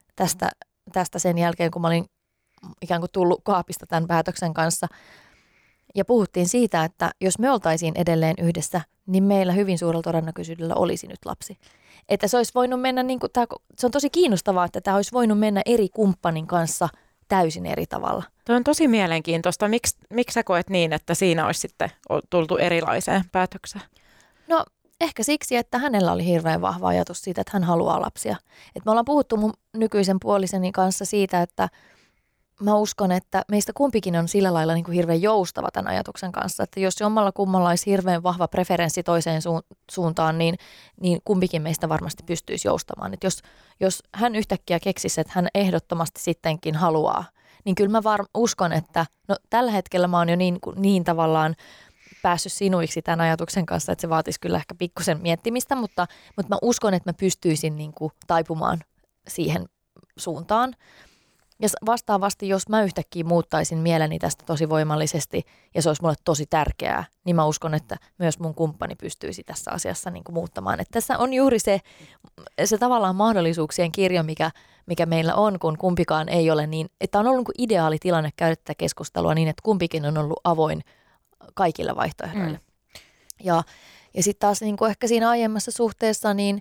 tästä sen jälkeen, kun mä olin ikään kuin tullut kaapista tämän päätöksen kanssa ja puhuttiin siitä, että jos me oltaisiin edelleen yhdessä, niin meillä hyvin suurella todennäköisyydellä olisi nyt lapsi. Että se olisi voinut mennä, se on tosi kiinnostavaa, että tämä olisi voinut mennä eri kumppanin kanssa täysin eri tavalla. Tuo on tosi mielenkiintoista. Miksi sä koet niin, että siinä olisi sitten tultu erilaiseen päätökseen? No ehkä siksi, että hänellä oli hirveän vahva ajatus siitä, että hän haluaa lapsia. Et me ollaan puhuttu mun nykyisen puoliseni kanssa siitä, että mä uskon, että meistä kumpikin on sillä lailla niin kuin hirveän joustava tämän ajatuksen kanssa, että jos jommalla kummalla olisi hirveän vahva preferenssi toiseen suuntaan, niin kumpikin meistä varmasti pystyisi joustamaan. Että jos hän yhtäkkiä keksisi, että hän ehdottomasti sittenkin haluaa, niin kyllä mä uskon, että no, tällä hetkellä mä oon jo niin tavallaan päässyt sinuiksi tämän ajatuksen kanssa, että se vaatisi kyllä ehkä pikkusen miettimistä, mutta mä uskon, että mä pystyisin niin kuin taipumaan siihen suuntaan. Ja vastaavasti, jos mä yhtäkkiä muuttaisin mieleni tästä tosi voimallisesti ja se olisi mulle tosi tärkeää, niin mä uskon, että myös mun kumppani pystyisi tässä asiassa niin kuin muuttamaan. Että tässä on juuri se tavallaan mahdollisuuksien kirjo, mikä meillä on, kun kumpikaan ei ole niin, että on ollut niin kuin ideaali tilanne käydä tätä keskustelua niin, että kumpikin on ollut avoin kaikille vaihtoehdoille. Ja sitten taas niin kuin ehkä siinä aiemmassa suhteessa, niin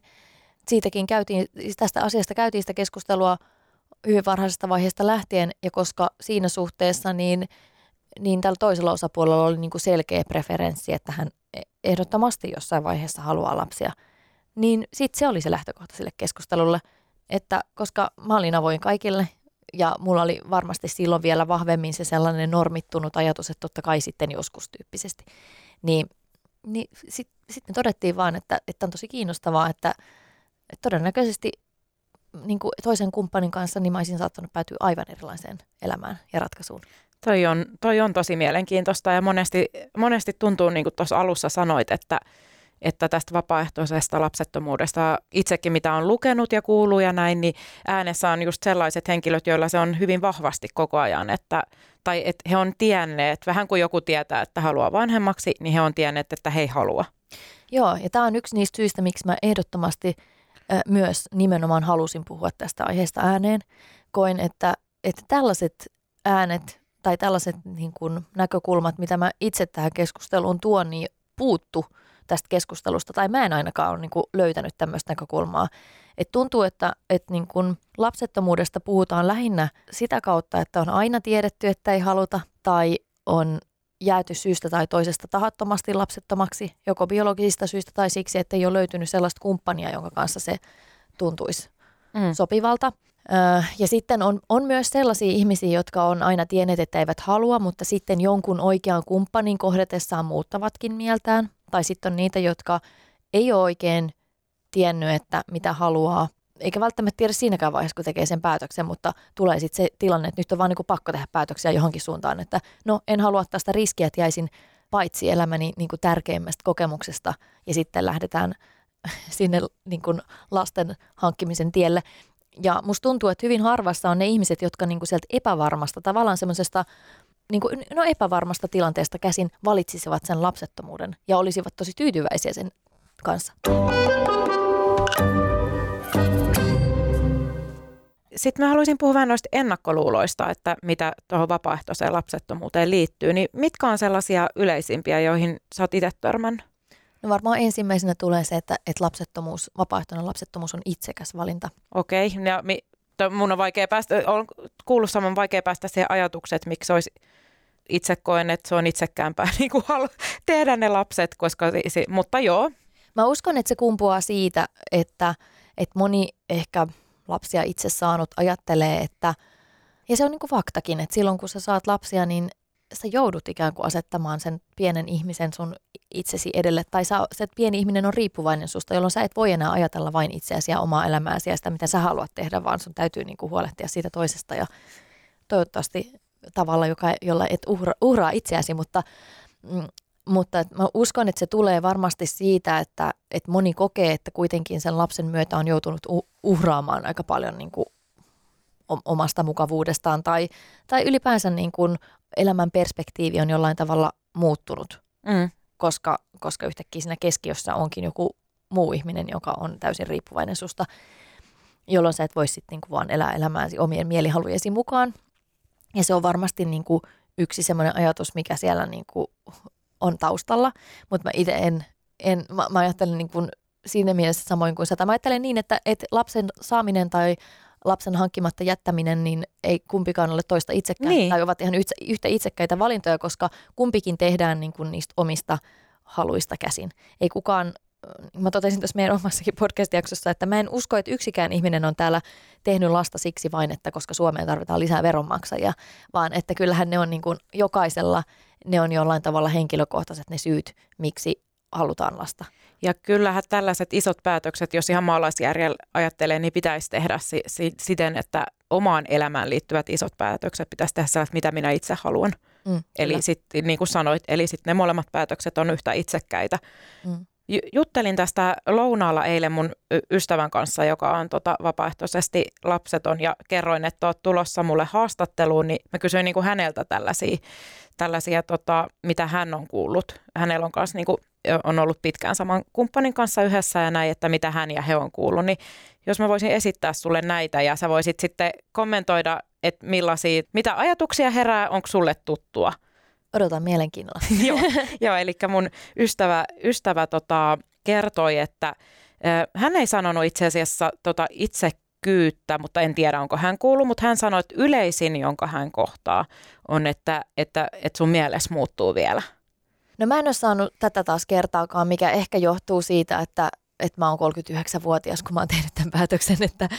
tästä asiasta käytiin sitä keskustelua hyvin varhaisesta vaiheesta lähtien, ja koska siinä suhteessa niin tällä toisella osapuolella oli niin kuin selkeä preferenssi, että hän ehdottomasti jossain vaiheessa haluaa lapsia, niin sitten se oli se lähtökohta sille keskustelulle, että koska mä olin avoin kaikille, ja mulla oli varmasti silloin vielä vahvemmin se sellainen normittunut ajatus, että totta kai sitten joskus tyyppisesti, niin sitten me todettiin vaan, että on tosi kiinnostavaa, että todennäköisesti niin kuin toisen kumppanin kanssa, niin mä olisin saattanut päätyä aivan erilaiseen elämään ja ratkaisuun. Toi on tosi mielenkiintoista ja monesti tuntuu, niin kuin tuossa alussa sanoit, että tästä vapaaehtoisesta lapsettomuudesta itsekin mitä on lukenut ja kuullut ja näin, niin äänessä on just sellaiset henkilöt, joilla se on hyvin vahvasti koko ajan, että he on tienneet, vähän kuin joku tietää, että haluaa vanhemmaksi, niin he on tienneet, että he ei halua. Joo, ja tämä on yksi niistä syistä, miksi mä ehdottomasti myös nimenomaan halusin puhua tästä aiheesta ääneen. Koin, että tällaiset äänet tai tällaiset niin kuin näkökulmat, mitä mä itse tähän keskusteluun tuon, niin puuttu tästä keskustelusta. Tai mä en ainakaan ole niin kuin löytänyt tämmöistä näkökulmaa. Et tuntuu, että niin kuin lapsettomuudesta puhutaan lähinnä sitä kautta, että on aina tiedetty, että ei haluta tai on jääty syystä tai toisesta tahattomasti lapsettomaksi, joko biologisista syistä tai siksi, että ei ole löytynyt sellaista kumppania, jonka kanssa se tuntuisi sopivalta. Ja sitten on myös sellaisia ihmisiä, jotka on aina tienneet, että eivät halua, mutta sitten jonkun oikean kumppanin kohdatessaan muuttavatkin mieltään. Tai sitten on niitä, jotka ei ole oikein tiennyt, että mitä haluaa, eikä välttämättä tiedä siinäkään vaiheessa, kun tekee sen päätöksen, mutta tulee sitten se tilanne, että nyt on vaan niin kuin pakko tehdä päätöksiä johonkin suuntaan, että no en halua ottaa sitä riskiä, että jäisin paitsi elämäni niin kuin tärkeimmästä kokemuksesta ja sitten lähdetään sinne niin kuin lasten hankkimisen tielle. Ja musta tuntuu, että hyvin harvassa on ne ihmiset, jotka niin kuin sieltä epävarmasta, tavallaan semmoisesta niin kuin, epävarmasta tilanteesta käsin valitsisivat sen lapsettomuuden ja olisivat tosi tyytyväisiä sen kanssa. Sitten mä haluaisin puhua vähän noista ennakkoluuloista, että mitä tuohon vapaaehtoiseen lapsettomuuteen liittyy. Niin mitkä on sellaisia yleisimpiä, joihin sä oot itse törmännyt? No varmaan ensimmäisenä tulee se, että vapaaehtoinen lapsettomuus on itsekäs valinta. Okei, ja mun on vaikea päästä, olen kuullut saman vaikea päästä siihen ajatukseen, että miksi olisi itse koen, että se on itsekäämpää niin kuin tehdä ne lapset, mutta joo. Mä uskon, että se kumpuaa siitä, että että moni ehkä lapsia itse saanut ajattelee, että, ja se on niin kuin faktakin, että silloin kun sä saat lapsia, niin sä joudut ikään kuin asettamaan sen pienen ihmisen sun itsesi edelle, tai se pieni ihminen on riippuvainen susta, jolloin sä et voi enää ajatella vain itseäsi ja omaa elämääsi ja sitä, mitä sä haluat tehdä, vaan sun täytyy niin kuin huolehtia siitä toisesta ja toivottavasti tavalla, jolla et uhraa itseäsi, mutta mä uskon, että se tulee varmasti siitä, että moni kokee, että kuitenkin sen lapsen myötä on joutunut uhraamaan aika paljon niin kuin omasta mukavuudestaan tai ylipäänsä niin kuin elämän perspektiivi on jollain tavalla muuttunut, koska yhtäkkiä siinä keskiössä onkin joku muu ihminen, joka on täysin riippuvainen susta, jolloin sä et voi sitten niin kuin vaan elää elämääsi omien mielihalujesi mukaan. Ja se on varmasti niin kuin yksi semmoinen ajatus, mikä siellä niin kuin on taustalla, mutta mä itse mä ajattelen niin kuin siinä mielessä samoin kuin sä. Mä ajattelen niin, että lapsen saaminen tai lapsen hankkimatta jättäminen, niin ei kumpikaan ole toista itsekkäitä tai ovat ihan yhtä itsekkäitä valintoja, koska kumpikin tehdään niin kuin niistä omista haluista käsin. Ei kukaan, mä totesin tuossa meidän omassakin podcast-jaksossa, että mä en usko, että yksikään ihminen on täällä tehnyt lasta siksi vain, että koska Suomeen tarvitaan lisää veronmaksajia, vaan että kyllähän ne on niin kuin jokaisella, ne on jollain tavalla henkilökohtaiset ne syyt, miksi halutaan lasta. Ja kyllähän tällaiset isot päätökset, jos ihan maalaisjärjellä ajattelee, niin pitäisi tehdä siten, että omaan elämään liittyvät isot päätökset pitäisi tehdä sellaiset, mitä minä itse haluan. Eli sitten, niin kuin sanoit, eli sitten ne molemmat päätökset on yhtä itsekkäitä. Juttelin tästä lounaalla eilen mun ystävän kanssa, joka on vapaaehtoisesti lapseton, ja kerroin, että olet tulossa mulle haastatteluun, niin mä kysyin niin kuin häneltä tällaisia mitä hän on kuullut. Hänellä on kanssa niin kuin on ollut pitkään saman kumppanin kanssa yhdessä ja näin, että mitä hän ja he on kuullut, niin jos mä voisin esittää sulle näitä ja sä voisit sitten kommentoida, että mitä ajatuksia herää, onko sulle tuttua? Odotan mielenkiinnolla. Joo, eli mun ystävä kertoi, että hän ei sanonut itse asiassa itsekyyttä, mutta en tiedä onko hän kuullut, mutta hän sanoi, että yleisin, jonka hän kohtaa, on, että sun mielessä muuttuu vielä. No mä en ole saanut tätä taas kertaakaan, mikä ehkä johtuu siitä, että mä oon 39-vuotias, kun mä oon tehnyt tämän päätöksen.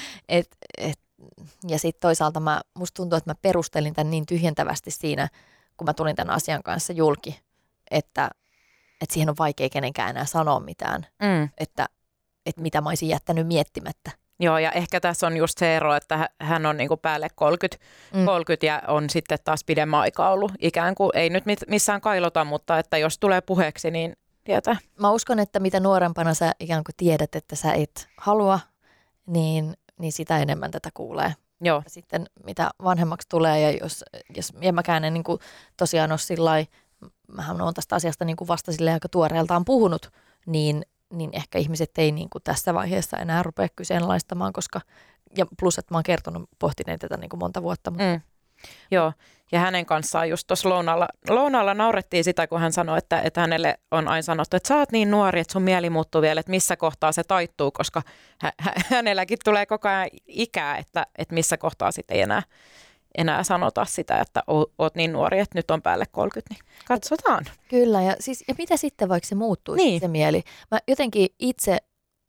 Ja sitten toisaalta musta tuntuu, että mä perustelin tämän niin tyhjentävästi siinä, kun mä tulin tämän asian kanssa julki, että siihen on vaikea kenenkään enää sanoa mitään, että mitä mä olisin jättänyt miettimättä. Joo, ja ehkä tässä on just se ero, että hän on niinku päälle 30 ja on sitten taas pidemmän aikaa ollut ikään kuin, ei nyt missään kailota, mutta että jos tulee puheeksi, niin tietää. Mä uskon, että mitä nuorempana sä ikään kuin tiedät, että sä et halua, niin sitä enemmän tätä kuulee. Joo. Ja sitten mitä vanhemmaksi tulee, ja jos mäkään en niin kuin tosiaan ole sillai, mähän olen tästä asiasta niin kuin vasta silleen aika tuoreeltaan puhunut, niin ehkä ihmiset ei niin kuin tässä vaiheessa enää rupea kyseenalaistamaan, ja plus, että mä oon kertonut pohtineen tätä niin kuin monta vuotta. Mutta. Joo, ja hänen kanssaan just tuossa lounaalla naurettiin sitä, kun hän sanoi, että hänelle on aina sanottu, että sä oot niin nuori, että sun mieli muuttuu vielä, että missä kohtaa se taittuu, koska hänelläkin tulee koko ajan ikää, että missä kohtaa sitten ei enää sanota sitä, että oot niin nuori, että nyt on päälle 30, niin katsotaan. Kyllä, ja mitä sitten, vaikka se muuttuisi niin. Se mieli? Mä jotenkin itse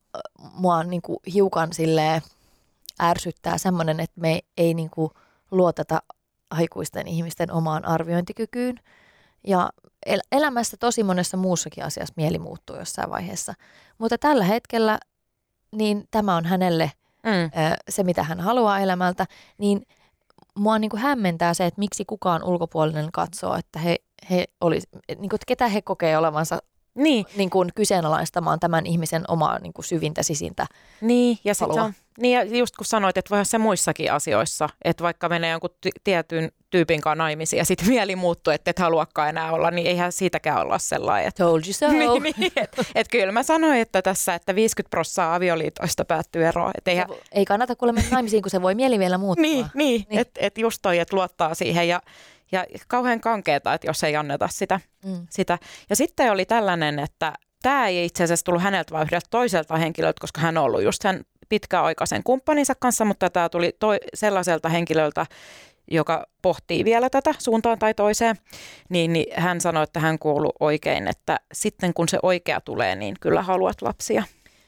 mua niin kuin hiukan silleen ärsyttää semmoinen, että me ei niin kuin luoteta aikuisten ihmisten omaan arviointikykyyn. Ja elämässä tosi monessa muussakin asiassa mieli muuttuu jossain vaiheessa. Mutta tällä hetkellä, niin tämä on hänelle se, mitä hän haluaa elämältä, niin mua niin kuin hämmentää se, että miksi kukaan ulkopuolinen katsoo, että he olisi, niin kuin, ketä he kokee olevansa niin kuin kyseenalaistamaan tämän ihmisen omaa niin kuin syvintä sisintä halua. Niin ja just kun sanoit, että voihan se muissakin asioissa, että vaikka menee jonkun tietyn tyypin kanssa naimisiin ja sitten mieli muuttuu, että et haluakaan enää olla, niin eihän siitäkään olla sellainen. Told you so. Että kyllä mä sanoin, että tässä, että 50% avioliitoista päättyy eroon. Ei kannata kuule mennä naimisiin, kun se voi mieli vielä muuttua. Niin. Että just toi, että luottaa siihen ja kauhean kankeeta, että jos ei anneta sitä. Ja sitten oli tällainen, että tämä ei itse asiassa tullut häneltä vaan yhdeltä toiselta henkilöltä, koska hän on ollut just sen pitkäaikaisen kumppaninsa kanssa, mutta tämä tuli sellaiselta henkilöltä, joka pohtii vielä tätä suuntaan tai toiseen, niin hän sanoi, että hän kuului oikein, että sitten kun se oikea tulee, niin kyllä haluat lapsia.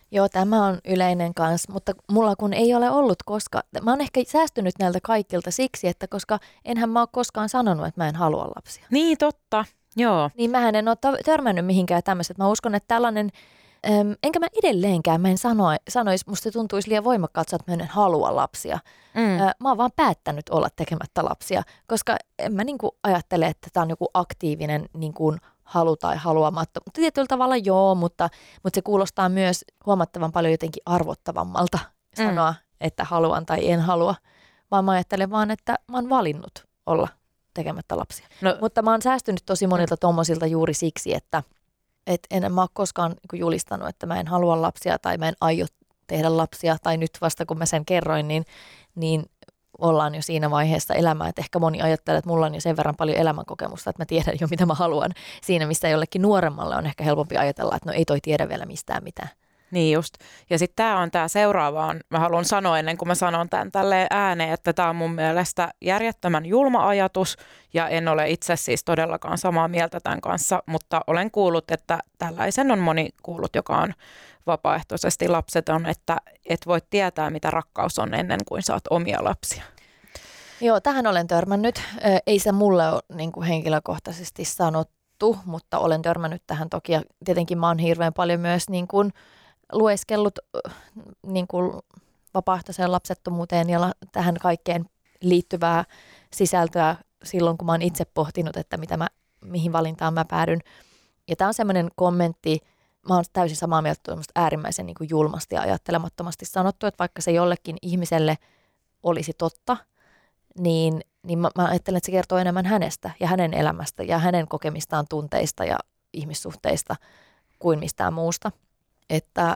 Joo, tämä on yleinen kanssa, mutta mulla kun ei ole ollut koskaan, mä oon ehkä säästynyt näiltä kaikilta siksi, että koska enhän mä ole koskaan sanonut, että mä en halua lapsia. Niin, totta. Joo. Niin mähän en ole törmännyt mihinkään tämmöiset. Mä uskon, että tällainen, enkä mä edelleenkään, mä en sanoisi, musta tuntuisi liian voimakkaalta, että mä en halua lapsia. Mä oon vaan päättänyt olla tekemättä lapsia, koska en mä niinku ajattele, että tämä on joku aktiivinen niinku halu tai haluamatta. Mutta tietyllä tavalla joo, mutta se kuulostaa myös huomattavan paljon jotenkin arvottavammalta sanoa, että haluan tai en halua. Vaan mä ajattelen vaan, että mä oon valinnut olla tekemättä lapsia. No, mutta mä oon säästynyt tosi monilta tommosilta juuri siksi, että en mä ole koskaan julistanut, että mä en halua lapsia tai mä en aio tehdä lapsia. Tai nyt vasta kun mä sen kerroin, niin ollaan jo siinä vaiheessa elämää. Että ehkä moni ajattelee, että mulla on jo sen verran paljon elämänkokemusta, että mä tiedän jo mitä mä haluan. Siinä, missä jollekin nuoremmalle on ehkä helpompi ajatella, että no ei toi tiedä vielä mistään mitään. Niin just. Ja sitten tämä on tämä seuraava, mä haluan sanoa ennen kuin mä sanon tämän tälleen ääneen, että tämä on mun mielestä järjettömän julma ajatus ja en ole itse siis todellakaan samaa mieltä tämän kanssa, mutta olen kuullut, että tällaisen on moni kuullut, joka on vapaaehtoisesti lapseton, että et voi tietää, mitä rakkaus on ennen kuin saat omia lapsia. Joo, tähän olen törmännyt. Ei se mulle ole niin kuin henkilökohtaisesti sanottu, mutta olen törmännyt tähän toki ja tietenkin mä oon hirveän paljon myös niin kuin lueskellut niin kuin vapaaehtoiseen lapsettomuuteen ja tähän kaikkeen liittyvää sisältöä silloin, kun mä oon itse pohtinut, että mihin valintaan mä päädyn. Ja tämä on semmoinen kommentti, mä oon täysin samaa mieltä, äärimmäisen niin kuin julmasti ja ajattelemattomasti sanottu, että vaikka se jollekin ihmiselle olisi totta, niin mä ajattelen, että se kertoo enemmän hänestä ja hänen elämästä ja hänen kokemistaan tunteista ja ihmissuhteista kuin mistään muusta. Että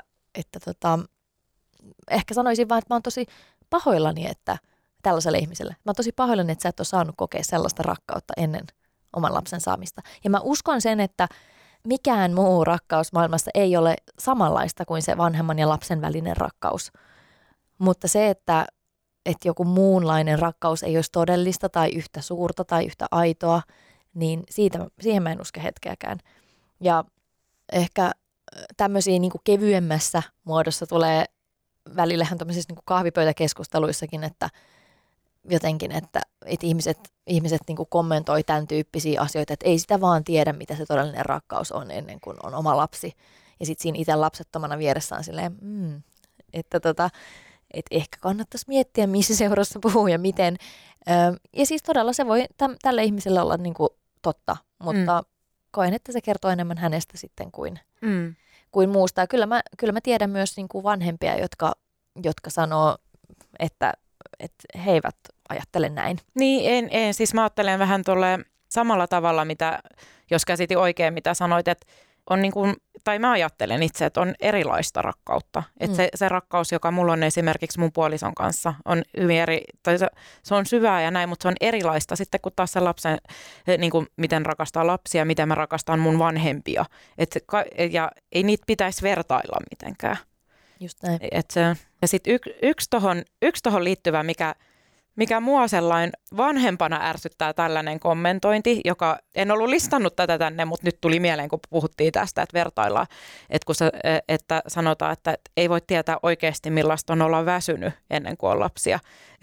ehkä sanoisin vaan, että mä oon tosi pahoillani, että tällaiselle ihmiselle. Mä oon tosi pahoillani, että sä et ole saanut kokea sellaista rakkautta ennen oman lapsen saamista. Ja mä uskon sen, että mikään muu rakkaus maailmassa ei ole samanlaista kuin se vanhemman ja lapsen välinen rakkaus. Mutta se, että joku muunlainen rakkaus ei olisi todellista tai yhtä suurta tai yhtä aitoa, niin siihen mä en usko hetkeäkään. Ja ehkä tämmöisiä niin kuin kevyemmässä muodossa tulee välillähän tämmöisissä niin kuin kahvipöytäkeskusteluissakin, että jotenkin, että ihmiset niin kuin kommentoi tämän tyyppisiä asioita, että ei sitä vaan tiedä, mitä se todellinen rakkaus on ennen kuin on oma lapsi. Ja sitten siinä itse lapsettomana vieressä on silleen, että ehkä kannattaisi miettiä, missä seurassa puhuu ja miten. Ja siis todella se voi tälle ihmiselle olla niin kuin totta, mutta koen, että se kertoo enemmän hänestä sitten kuin muusta. Ja kyllä mä tiedän myös niin kuin vanhempia, jotka sanoo, että he eivät ajattele näin. Niin, en. Siis mä ajattelen vähän tuolle samalla tavalla, mitä, jos käsitin oikein, mitä sanoit, että on niin kuin, tai mä ajattelen itse, että on erilaista rakkautta. Että se rakkaus, joka mulla on esimerkiksi mun puolison kanssa, on hyvin tai se on syvää ja näin, mutta se on erilaista sitten, kun taas se lapsen, niin kuin miten rakastaa lapsia, miten mä rakastan mun vanhempia. Ja ei niitä pitäisi vertailla mitenkään. Just näin. Ja sitten yksi tohon liittyvä, mikä mua sellainen vanhempana ärsyttää tällainen kommentointi, joka en ollut listannut tätä tänne, mutta nyt tuli mieleen, kun puhuttiin tästä, että vertaillaan, että sanotaan, että ei voi tietää oikeasti millaista on olla väsynyt ennen kuin on lapsia.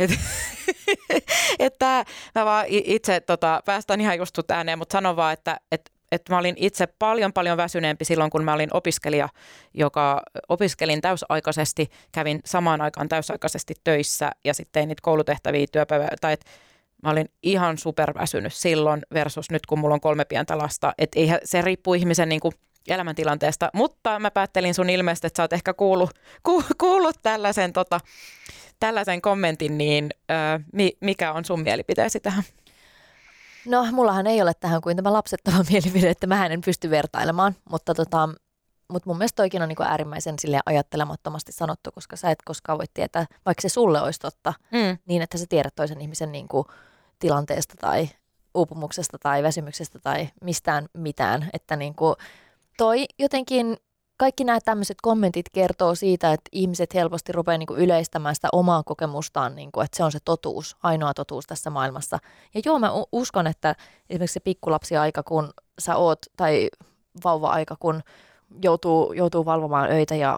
Että mä vaan itse päästän ihan just ääneen, mutta sanon vaan, että mä olin itse paljon väsyneempi silloin, kun mä olin opiskelija, joka opiskelin täysaikaisesti, kävin samaan aikaan täysaikaisesti töissä ja sitten tein niitä koulutehtäviä työpäivää. Tai että mä olin ihan superväsynyt silloin versus nyt, kun mulla on 3 pientä lasta. Että se riippuu ihmisen niin kuin elämäntilanteesta, mutta mä päättelin sun ilmeisesti, että sä oot ehkä kuullut tällaisen kommentin, niin mikä on sun mielipiteesi tähän? No, mullahan ei ole tähän kuin tämä lapsettava mielipide, että mähän en pysty vertailemaan, mutta mun mielestä toikin on niin kuin äärimmäisen silleen ajattelemattomasti sanottu, koska sä et koskaan voi tietää, vaikka se sulle olisi totta, niin että sä tiedät toisen ihmisen niin kuin tilanteesta tai uupumuksesta tai väsymyksestä tai mistään mitään, että niin kuin toi jotenkin kaikki nämä tämmöiset kommentit kertoo siitä, että ihmiset helposti rupeaa niin kuin yleistämään sitä omaa kokemustaan, niin kuin, että se on se totuus, ainoa totuus tässä maailmassa. Ja joo, mä uskon, että esimerkiksi se pikkulapsi-aika, kun sä oot, tai vauva-aika, kun joutuu valvomaan öitä ja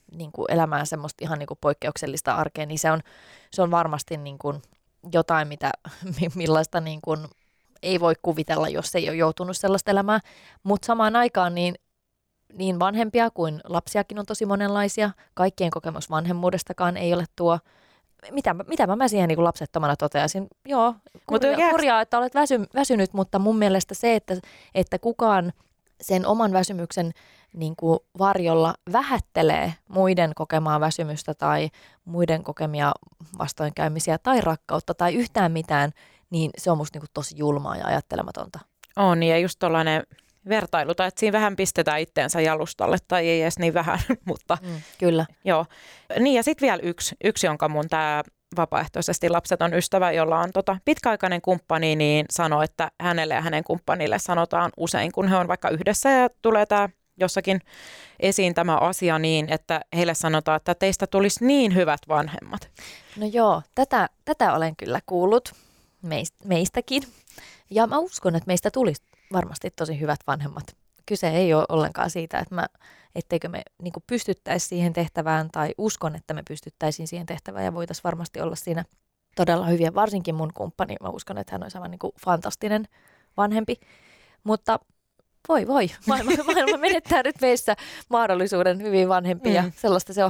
niin kuin elämään semmoista ihan niin kuin poikkeuksellista arkea, niin se on varmasti niin kuin jotain, millaista niin kuin ei voi kuvitella, jos ei ole joutunut sellaista elämään. Mutta samaan aikaan niin vanhempia kuin lapsiakin on tosi monenlaisia. Kaikkien kokemus vanhemmuudestakaan ei ole tuo. Mitä mä siihen niin kuin lapsettomana toteaisin? Joo, kurjaa, että olet väsynyt, mutta mun mielestä se, että kukaan sen oman väsymyksen niin kuin varjolla vähättelee muiden kokemaa väsymystä tai muiden kokemia vastoinkäymisiä tai rakkautta tai yhtään mitään, niin se on musta niin kuin tosi julmaa ja ajattelematonta. On, ja just tollainen vertailu, tai että siinä vähän pistetään itteensä jalustalle, tai ei edes niin vähän, mutta kyllä. Joo. Niin, ja sitten vielä yksi, jonka mun tämä vapaaehtoisesti lapseton ystävä, jolla on pitkäaikainen kumppani, niin sanoo, että hänelle ja hänen kumppanille sanotaan usein, kun he on vaikka yhdessä ja tulee tämä jossakin esiin tämä asia niin, että heille sanotaan, että teistä tulisi niin hyvät vanhemmat. No joo, tätä olen kyllä kuullut meistäkin. Ja mä uskon, että meistä tulisi varmasti tosi hyvät vanhemmat. Kyse ei ole ollenkaan siitä, etteikö me niin kuin pystyttäisi siihen tehtävään tai uskon, että me pystyttäisiin siihen tehtävään ja voitaisiin varmasti olla siinä todella hyviä. Varsinkin mun kumppani, mä uskon, että hän olisi aivan niin kuin fantastinen vanhempi. Mutta voi, maailma menettää nyt meissä mahdollisuuden hyviin vanhempiin ja sellaista se on.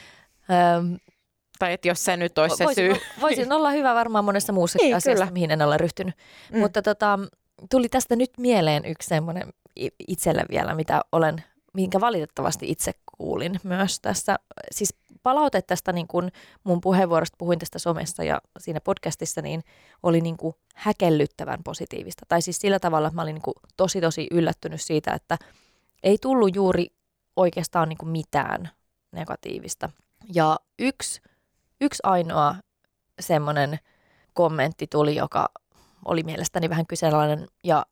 Tai että jos se nyt olisi se syy. Voisin olla hyvä varmaan monessa muussa asiassa, mihin en ole ryhtynyt. Mutta tuli tästä nyt mieleen yksi semmoinen itselle vielä, minkä valitettavasti itse kuulin myös tässä. Siis palaute tästä niin kun mun puheenvuorosta puhuin tästä somessa ja siinä podcastissa, niin oli niin kuin häkellyttävän positiivista. Tai siis sillä tavalla, että mä olin niin kuin tosi yllättynyt siitä, että ei tullut juuri oikeastaan niin kuin mitään negatiivista. Ja yksi ainoa semmoinen kommentti tuli, joka oli mielestäni vähän kyseenalainen ja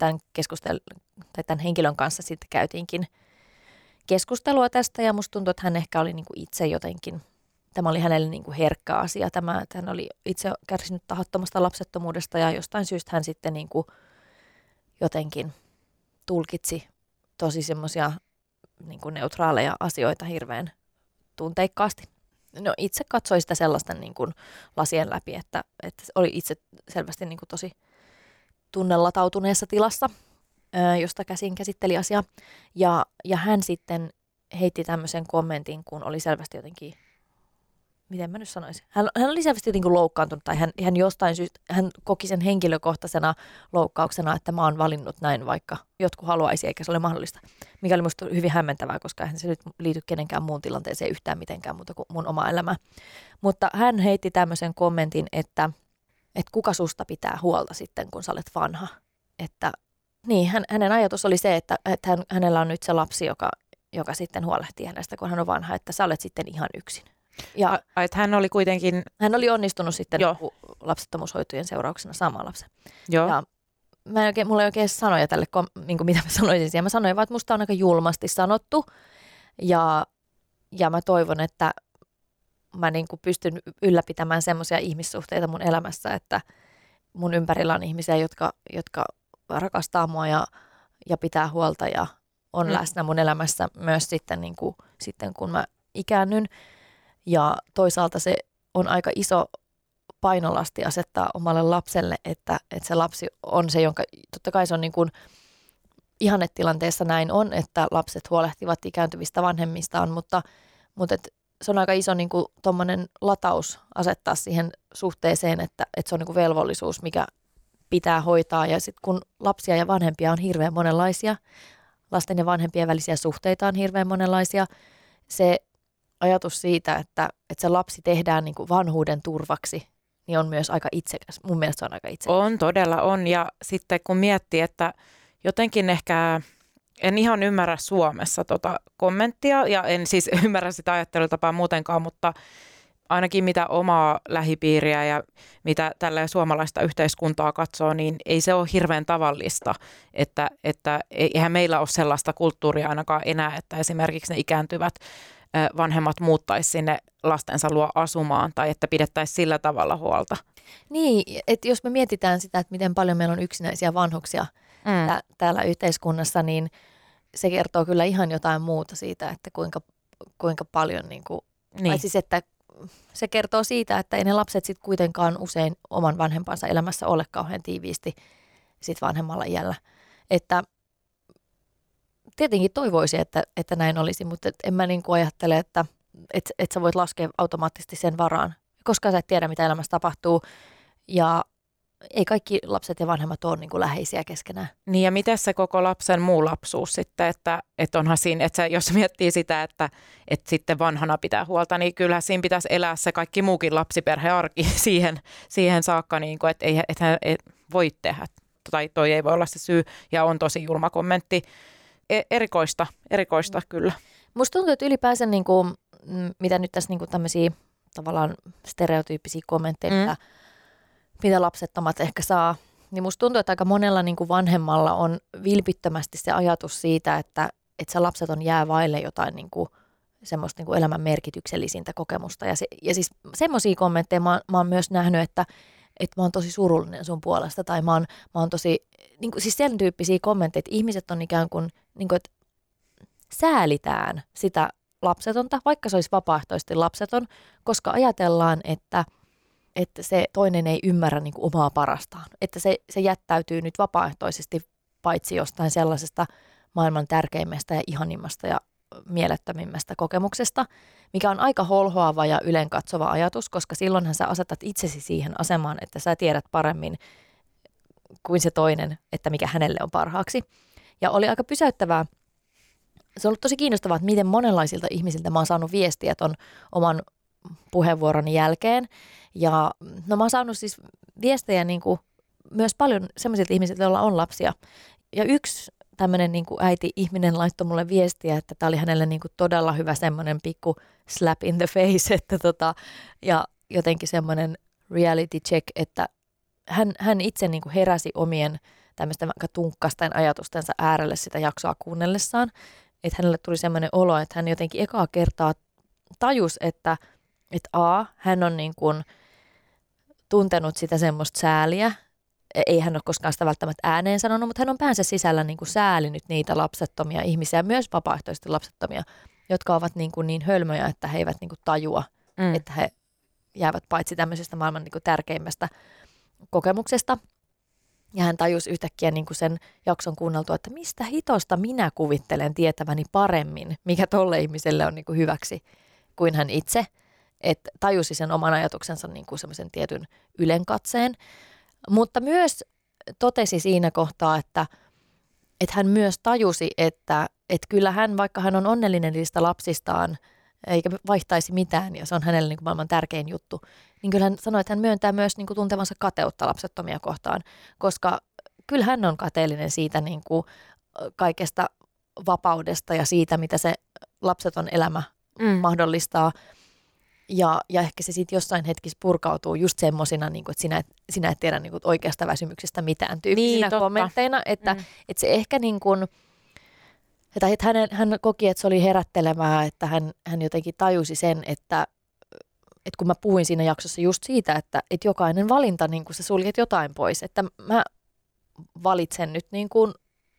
tämän henkilön kanssa sitten käytiinkin keskustelua tästä ja musta tuntui, että hän ehkä oli niinku itse jotenkin, tämä oli hänelle niinku herkkä asia, että hän oli itse kärsinyt tahattomasta lapsettomuudesta ja jostain syystä hän sitten niinku jotenkin tulkitsi tosi semmoisia niinku neutraaleja asioita hirveän tunteikkaasti. No itse katsoin sitä sellaista niin kuin lasien läpi, että oli itse selvästi niin kuin tosi tunnelatautuneessa tilassa, josta käsin käsitteli asiaa. Ja hän sitten heitti tämmöisen kommentin, kun oli selvästi jotenkin, miten mä nyt sanoisin, hän oli selvästi jotenkin loukkaantunut tai hän jostain syystä, hän koki sen henkilökohtaisena loukkauksena, että mä oon valinnut näin, vaikka jotkut haluaisi eikä se ole mahdollista. Mikä oli musta hyvin hämmentävää, koska eihän se nyt liity kenenkään muun tilanteeseen yhtään mitenkään muuta kuin mun oma elämä. Mutta hän heitti tämmöisen kommentin, että kuka susta pitää huolta sitten, kun sä olet vanha. Että niin, hänen ajatus oli se, että hänellä on nyt se lapsi, joka sitten huolehtii hänestä, kun hän on vanha, että sä olet sitten ihan yksin. Ja että hän oli kuitenkin... Hän oli onnistunut sitten lapsettomuushoitojen seurauksena saamaan lapsen. Joo. Ja mulla ei oikein sanoja tälle, niin kuin mitä mä sanoisin. Ja mä sanoin vaan, että musta on aika julmasti sanottu. Ja mä toivon, että mä niin kuin pystyn ylläpitämään semmoisia ihmissuhteita mun elämässä, että mun ympärillä on ihmisiä, jotka rakastaa mua ja pitää huolta ja on läsnä mun elämässä myös sitten, niin kuin, sitten kun mä ikäännyn. Ja toisaalta se on aika iso painolasti asettaa omalle lapselle, että se lapsi on se, jonka totta kai se on niin kuin ihannetilanteessa näin on, että lapset huolehtivat ikääntyvistä vanhemmistaan, mutta se on aika iso niin kuin tommoinen lataus asettaa siihen suhteeseen, että se on niin kuin velvollisuus, mikä pitää hoitaa. Ja sitten kun lapsia ja vanhempia on hirveän monenlaisia, lasten ja vanhempien välisiä suhteita on hirveän monenlaisia, se ajatus siitä, että se lapsi tehdään niin kuin vanhuuden turvaksi, niin on myös aika itsekäs. Mun mielestä se on aika itsekäs. On, todella on. Ja sitten kun miettii, että jotenkin ehkä en ihan ymmärrä Suomessa kommenttia ja en siis ymmärrä sitä ajattelutapaa muutenkaan, mutta ainakin mitä omaa lähipiiriä ja mitä tällä suomalaista yhteiskuntaa katsoo, niin ei se ole hirveän tavallista, että eihän meillä ole sellaista kulttuuria ainakaan enää, että esimerkiksi ne ikääntyvät vanhemmat muuttaisi sinne lastensa luo asumaan tai että pidettäisiin sillä tavalla huolta. Niin, että jos me mietitään sitä, että miten paljon meillä on yksinäisiä vanhuksia täällä yhteiskunnassa, niin se kertoo kyllä ihan jotain muuta siitä, että kuinka kuinka paljon, niin kuin, tai siis että se kertoo siitä, että ei ne lapset sitten kuitenkaan usein oman vanhempansa elämässä ole kauhean tiiviisti sit vanhemmalla iällä. Että tietenkin toivoisin, että näin olisi, mutta en mä niin kuin ajattele, että sä voit laskea automaattisesti sen varaan, koska sä et tiedä, mitä elämässä tapahtuu. Ja ei kaikki lapset ja vanhemmat ole niin kuin läheisiä keskenään. Niin ja miten se koko lapsen muu lapsuus sitten, että onhan siinä, että jos miettii sitä, että sitten vanhana pitää huolta, niin kyllähän siinä pitäisi elää se kaikki muukin lapsiperhearki siihen saakka, niin kuin, että hän voi tehdä, tai toi ei voi olla se syy, ja on tosi julma kommentti. Erikoista kyllä. Musta tuntuu, että ylipäänsä, niin kuin, mitä nyt tässä niin kuin tämmöisiä tavallaan stereotyyppisiä kommentteja, mitä lapsettomat ehkä saa, niin musta tuntuu, että aika monella niin kuin vanhemmalla on vilpittömästi se ajatus siitä, että se lapseton jää vaille jotain niin kuin, semmoista niin kuin elämän merkityksellisintä kokemusta. Ja siis semmoisia kommentteja mä oon myös nähnyt, että mä oon tosi surullinen sun puolesta, tai mä oon tosi, niin kuin, siis sen tyyppisiä kommentteja, että ihmiset on ikään kuin, että säälitään sitä lapsetonta, vaikka se olisi vapaaehtoisesti lapseton, koska ajatellaan, että se toinen ei ymmärrä niin kuin omaa parastaan. Että se jättäytyy nyt vapaaehtoisesti paitsi jostain sellaisesta maailman tärkeimmästä ja ihanimmasta ja mielettömimmästä kokemuksesta, mikä on aika holhoava ja ylenkatsova ajatus, koska silloinhan sä asetat itsesi siihen asemaan, että sä tiedät paremmin kuin se toinen, että mikä hänelle on parhaaksi. Ja oli aika pysäyttävää. Se on ollut tosi kiinnostavaa, että miten monenlaisilta ihmisiltä mä oon saanut viestiä ton oman puheenvuoroni jälkeen. Ja no mä oon saanut siis viestejä niin kuin myös paljon sellaisilta ihmisiltä, joilla on lapsia. Ja yksi tämmöinen niin kuin äiti-ihminen laittoi mulle viestiä, että tämä oli hänelle niin kuin todella hyvä semmoinen pikku slap in the face, että ja jotenkin semmoinen reality check, että hän itse niin kuin heräsi omien tämmöisten vaikka tunkkasten ajatustensa äärelle sitä jaksoa kuunnellessaan. Että hänelle tuli semmoinen olo, että hän jotenkin ekaa kertaa tajusi, että hän on niin kuin tuntenut sitä semmoista sääliä. Ei hän ole koskaan sitä välttämättä ääneen sanonut, mutta hän on päänsä sisällä niin kuin säälinyt niitä lapsettomia ihmisiä, myös vapaaehtoisesti lapsettomia, jotka ovat niin hölmöjä, että he eivät niin kuin tajua, että he jäävät paitsi tämmöisestä maailman niin kuin tärkeimmästä kokemuksesta. Ja hän tajusi yhtäkkiä niin kuin sen jakson kuunneltua, että mistä hitosta minä kuvittelen tietäväni paremmin, mikä tolle ihmiselle on niin kuin hyväksi kuin hän itse. Että tajusi sen oman ajatuksensa niin kuin semmoisen tietyn ylenkatseen. Mutta myös totesi siinä kohtaa, että hän myös tajusi, että kyllä hän, vaikka hän on onnellinen niistä lapsistaan, eikä vaihtaisi mitään, ja se on hänelle niin kuin maailman tärkein juttu, niin kyllä hän sanoi, että hän myöntää myös niin kuin tuntevansa kateutta lapsettomia kohtaan, koska kyllä hän on kateellinen siitä niin kuin kaikesta vapaudesta ja siitä, mitä se lapseton elämä mahdollistaa. Ja ehkä se sitten jossain hetkessä purkautuu just semmoisina, niin että sinä et tiedä niin kuin oikeasta väsymyksestä mitään tyyppisinä kommentteina, että se ehkä niin kuin, että hän koki, että se oli herättelevää, että hän jotenkin tajusi sen, että kun mä puhuin siinä jaksossa just siitä, että jokainen valinta, niin kuin sä suljet jotain pois, että mä valitsen nyt niin kuin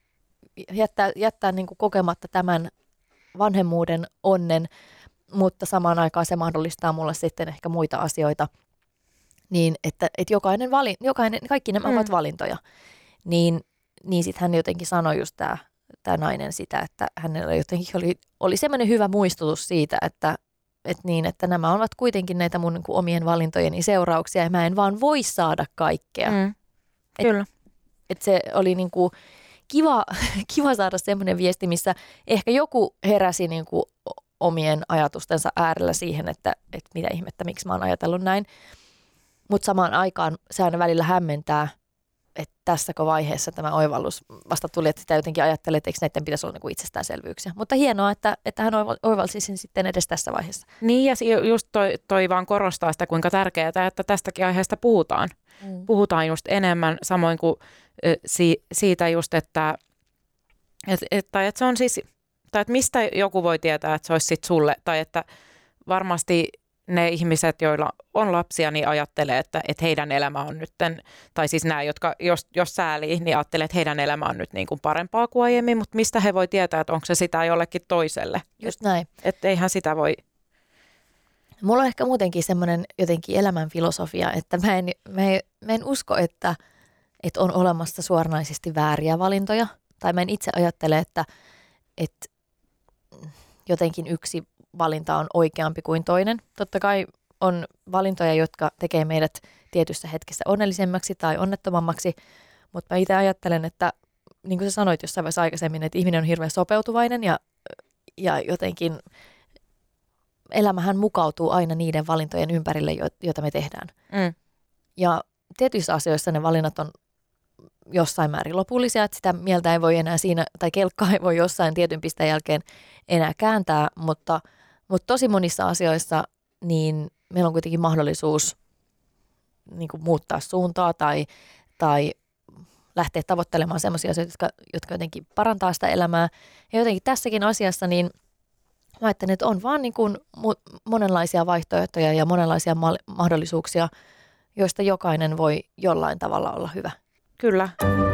jättää niin kuin kokematta tämän vanhemmuuden onnen, mutta samaan aikaan se mahdollistaa mulle sitten ehkä muita asioita, niin että jokainen kaikki nämä ovat valintoja, niin sitten hän jotenkin sanoi just tämä nainen sitä, että hänellä jotenkin oli semmoinen hyvä muistutus siitä, että nämä ovat kuitenkin näitä mun niin kuin omien valintojeni seurauksia ja mä en vaan voi saada kaikkea. Kyllä. Että se oli niin kuin kiva saada semmoinen viesti, missä ehkä joku heräsi niin kuin omien ajatustensa äärellä siihen, että mitä ihmettä, miksi mä oon ajatellut näin. Mutta samaan aikaan se aina välillä hämmentää, että tässäkö vaiheessa tämä oivallus vasta tuli, että sitä jotenkin ajattelee, että eikö näiden pitäisi olla niinku itsestäänselvyyksiä. Mutta hienoa, että hän oivalsi sen sitten edes tässä vaiheessa. Niin ja just toi vaan korostaa sitä, kuinka tärkeää, että tästäkin aiheesta puhutaan. Puhutaan just enemmän, samoin kuin siitä just, että se on siis, tai että mistä joku voi tietää, että se olisi sitten sulle, tai että varmasti ne ihmiset, joilla on lapsia, niin ajattelee, että heidän elämä on nyt, tai siis nämä, jotka jos säälii, niin ajattelee, että heidän elämä on nyt niin kuin parempaa kuin aiemmin, mutta mistä he voi tietää, että onko se sitä jollekin toiselle. Just näin. Että eihän sitä voi. Mulla on ehkä muutenkin semmoinen jotenkin elämän filosofia, että mä en usko, että on olemassa suoranaisesti vääriä valintoja. Tai mä en itse ajattele, että jotenkin yksi valinta on oikeampi kuin toinen. Totta kai on valintoja, jotka tekee meidät tietyssä hetkessä onnellisemmaksi tai onnettomammaksi, mutta mä itse ajattelen, että niin kuin sä sanoit jossain vaiheessa aikaisemmin, että ihminen on hirveän sopeutuvainen ja jotenkin elämähän mukautuu aina niiden valintojen ympärille, joita me tehdään. Ja tietyissä asioissa ne valinnat on jossain määrin lopullisia, että sitä mieltä ei voi enää siinä, tai kelkkaa ei voi jossain tietyn pisteen jälkeen enää kääntää, mutta tosi monissa asioissa niin meillä on kuitenkin mahdollisuus niin kuin muuttaa suuntaa tai lähteä tavoittelemaan sellaisia asioita, jotka jotenkin parantaa sitä elämää. Ja jotenkin tässäkin asiassa niin mä ajattelen, että on vaan niin kuin monenlaisia vaihtoehtoja ja monenlaisia mahdollisuuksia, joista jokainen voi jollain tavalla olla hyvä. Kyllä.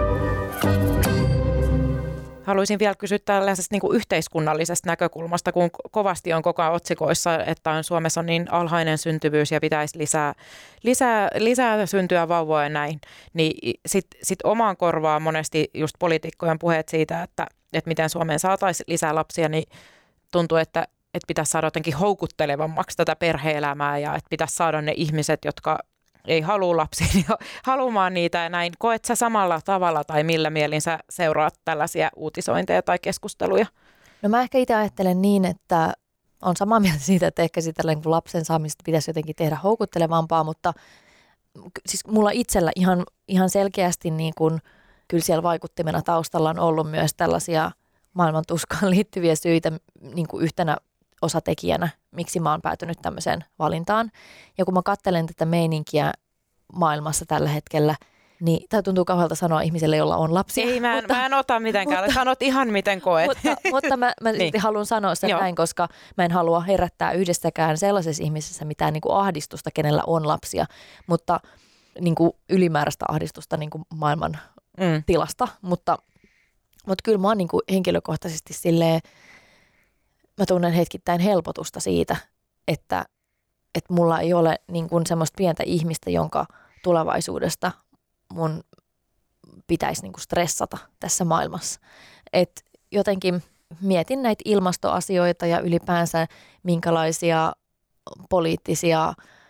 Haluaisin vielä kysyä tällaisesta niin kuin yhteiskunnallisesta näkökulmasta, kun kovasti on koko ajan otsikoissa, että Suomessa on niin alhainen syntyvyys ja pitäisi lisää syntyä vauvoja ja näin. Niin sit omaan korvaan monesti just poliitikkojen puheet siitä, että miten Suomeen saataisiin lisää lapsia, niin tuntuu, että pitäisi saada jotenkin houkuttelevammaksi tätä perhe-elämää ja että pitäisi saada ne ihmiset, jotka ei halua lapsia, niin haluamaan niitä ja näin. Koet sä samalla tavalla tai millä mielin sä seuraat tällaisia uutisointeja tai keskusteluja? No mä ehkä itse ajattelen niin, että on samaa mieltä siitä, että ehkä sitä lapsen saamista pitäisi jotenkin tehdä houkuttelevampaa, mutta siis mulla itsellä ihan selkeästi niin kuin, kyllä siellä vaikuttimena taustalla on ollut myös tällaisia maailman tuskaan liittyviä syitä niin kuin yhtenä osatekijänä, miksi mä oon päätynyt tämmöiseen valintaan. Ja kun mä katselen tätä meininkiä maailmassa tällä hetkellä, niin tämä tuntuu kauhealta sanoa ihmiselle, jolla on lapsia. Ei, mä en ota mitenkään. Sanot ihan miten koet. Mutta mä niin. Haluan sanoa sen näin, koska mä en halua herättää yhdestäkään sellaisessa ihmisessä mitään niin kuin ahdistusta, kenellä on lapsia, mutta niin kuin ylimääräistä ahdistusta niin kuin maailman tilasta. Mutta kyllä mä oon niin kuin henkilökohtaisesti silleen, mä tunnen hetkittäin helpotusta siitä, että mulla ei ole niin kuin semmoista pientä ihmistä, jonka tulevaisuudesta mun pitäisi niin kuin stressata tässä maailmassa. Et jotenkin mietin näitä ilmastoasioita ja ylipäänsä minkälaisia poliittisia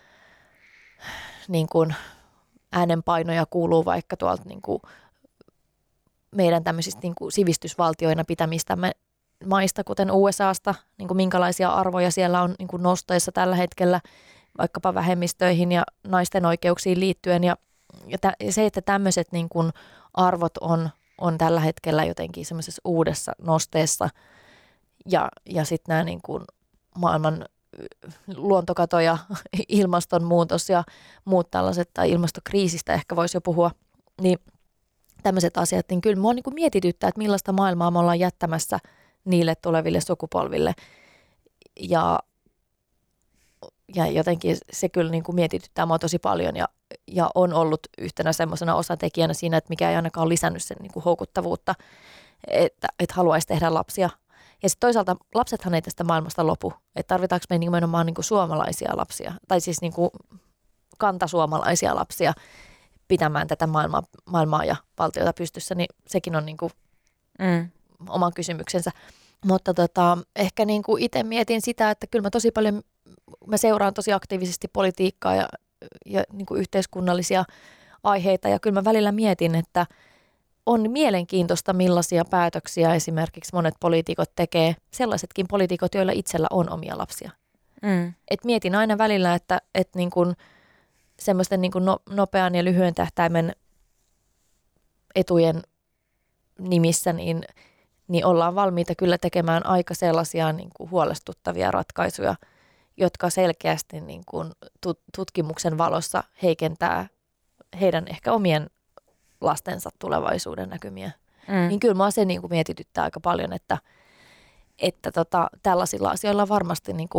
niin kuin äänenpainoja kuuluu vaikka tuolta niin kuin meidän tämmöisistä niin kuin sivistysvaltioina pitämistämme maista, kuten USAsta, niin kuin minkälaisia arvoja siellä on niin kuin nosteissa tällä hetkellä vaikkapa vähemmistöihin ja naisten oikeuksiin liittyen. Ja se, että tämmöiset niin kuin arvot on tällä hetkellä jotenkin semmoisessa uudessa nosteessa ja sitten nämä niin kuin maailman luontokato ja ilmastonmuutos ja muut tällaiset, tai ilmastokriisistä ehkä voisi jo puhua, niin tämmöiset asiat, niin kyllä mua niin kuin mietityttää, että millaista maailmaa me ollaan jättämässä niille tuleville sukupolville. Ja jotenkin se kyllä niin kuin mietityttää mua tosi paljon ja on ollut yhtenä semmoisena osatekijänä siinä, että mikä ei ainakaan ole lisännyt sen niin kuin houkuttavuutta, että haluaisi tehdä lapsia. Ja sitten toisaalta lapsethan ei tästä maailmasta lopu. Että tarvitaanko me nimenomaan niin kuin suomalaisia lapsia, tai siis niin kuin kantasuomalaisia lapsia pitämään tätä maailmaa ja valtiota pystyssä, niin sekin on niin kuin oma kysymyksensä. Mutta ehkä niin kuin itse mietin sitä, että kyllä mä seuraan tosi aktiivisesti politiikkaa ja niin kuin yhteiskunnallisia aiheita, ja kyllä mä välillä mietin, että on mielenkiintoista, millaisia päätöksiä esimerkiksi monet poliitikot tekee, sellaisetkin poliitikot, joilla itsellä on omia lapsia. Et mietin aina välillä, että niin kuin semmoisten niin kuin nopean ja lyhyen tähtäimen etujen nimissä niin ollaan valmiita kyllä tekemään aika sellaisia niin kuin huolestuttavia ratkaisuja, jotka selkeästi niin kuin tutkimuksen valossa heikentää heidän ehkä omien lastensa tulevaisuuden näkymiä. Niin kyllä mua se niin kuin mietityttää aika paljon, että tällaisilla asioilla varmasti niin kuin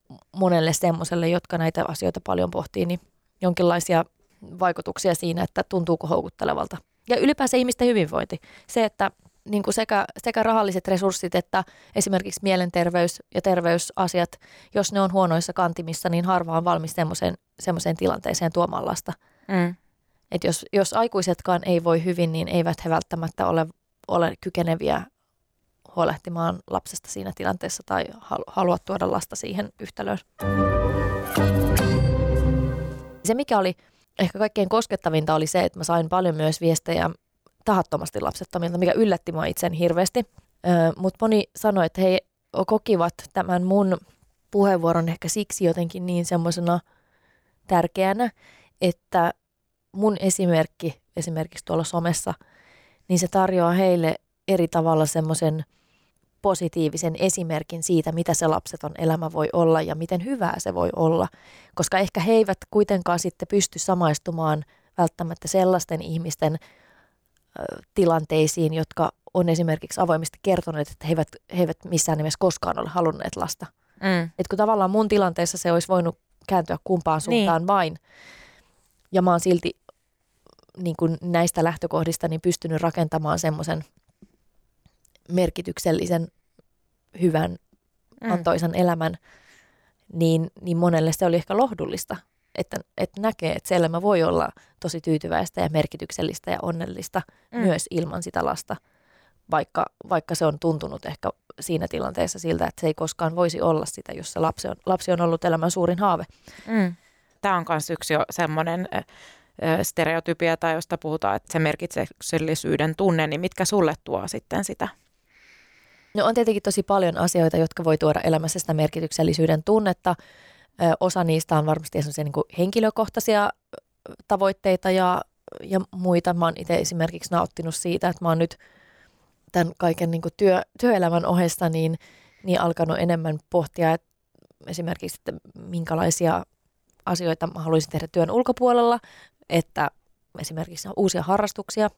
monelle semmoiselle, jotka näitä asioita paljon pohtii, niin jonkinlaisia vaikutuksia siinä, että tuntuuko houkuttelevalta. Ja ylipäänsä ihmisten hyvinvointi. Se, että niin kuin sekä rahalliset resurssit että esimerkiksi mielenterveys ja terveysasiat, jos ne on huonoissa kantimissa, niin harva on valmis semmoiseen tilanteeseen tuomaan lasta. Et jos aikuisetkaan ei voi hyvin, niin eivät he välttämättä ole kykeneviä huolehtimaan lapsesta siinä tilanteessa tai halua tuoda lasta siihen yhtälöön. Se, mikä oli ehkä kaikkein koskettavinta, oli se, että mä sain paljon myös viestejä tahattomasti lapsettomilta, mikä yllätti mua itseni hirveästi. Mutta moni sanoi, että he kokivat tämän mun puheenvuoron ehkä siksi jotenkin niin semmoisena tärkeänä, että mun esimerkki esimerkiksi tuolla somessa, niin se tarjoaa heille eri tavalla semmoisen positiivisen esimerkin siitä, mitä se lapseton elämä voi olla ja miten hyvää se voi olla. Koska ehkä he eivät kuitenkaan sitten pysty samaistumaan välttämättä sellaisten ihmisten tilanteisiin, jotka on esimerkiksi avoimesti kertoneet, että he eivät missään nimessä koskaan ole halunneet lasta. Et kun tavallaan mun tilanteessa se olisi voinut kääntyä kumpaan suuntaan vain. Ja mä oon silti niin kuin näistä lähtökohdista niin pystynyt rakentamaan semmoisen merkityksellisen, hyvän, antoisan elämän, niin monelle se oli ehkä lohdullista, että näkee, että se elämä voi olla tosi tyytyväistä ja merkityksellistä ja onnellista myös ilman sitä lasta, vaikka se on tuntunut ehkä siinä tilanteessa siltä, että se ei koskaan voisi olla sitä, jos se lapsi on ollut elämän suurin haave. Tämä on myös yksi jo semmoinen stereotypia, tai josta puhutaan, että se merkityksellisyyden tunne, niin mitkä sulle tuo sitten sitä? No on tietenkin tosi paljon asioita, jotka voi tuoda elämässä sitä merkityksellisyyden tunnetta. Osa niistä on varmasti sellaisia niin kuin henkilökohtaisia tavoitteita ja muita. Mä oon itse esimerkiksi nauttinut siitä, että mä oon nyt tämän kaiken niin kuin työelämän ohessa niin alkanut enemmän pohtia, että esimerkiksi, että minkälaisia asioita mä haluaisin tehdä työn ulkopuolella, että esimerkiksi uusia harrastuksia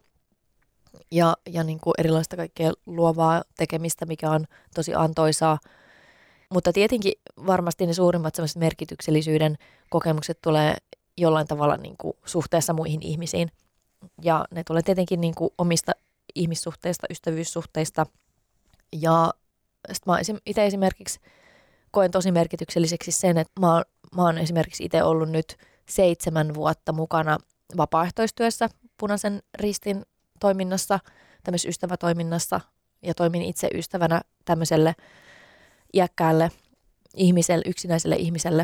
ja niin kuin erilaista kaikkea luovaa tekemistä, mikä on tosi antoisaa. Mutta tietenkin varmasti ne suurimmat sellaiset merkityksellisyyden kokemukset tulee jollain tavalla niin kuin suhteessa muihin ihmisiin. Ja ne tulee tietenkin niin kuin omista ihmissuhteista, ystävyyssuhteista. Ja sitten mä itse esimerkiksi koen tosi merkitykselliseksi sen, että mä oon esimerkiksi itse ollut nyt 7 vuotta mukana vapaaehtoistyössä Punaisen Ristin toiminnassa, tämmöisessä ystävätoiminnassa, ja toimin itse ystävänä tämmöiselle iäkkäälle ihmiselle, yksinäiselle ihmiselle,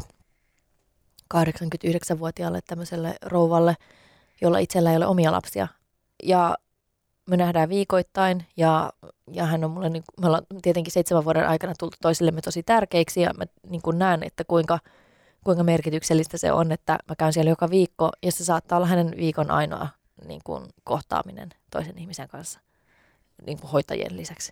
89-vuotiaalle tämmöiselle rouvalle, jolla itsellä ei ole omia lapsia. Ja me nähdään viikoittain, ja hän on mulle, me ollaan tietenkin 7 vuoden aikana tultu toisillemme tosi tärkeiksi, ja mä niin kuin näen, että kuinka merkityksellistä se on, että mä käyn siellä joka viikko, ja se saattaa olla hänen viikon ainoa niin kuin kohtaaminen toisen ihmisen kanssa, niin kuin hoitajien lisäksi.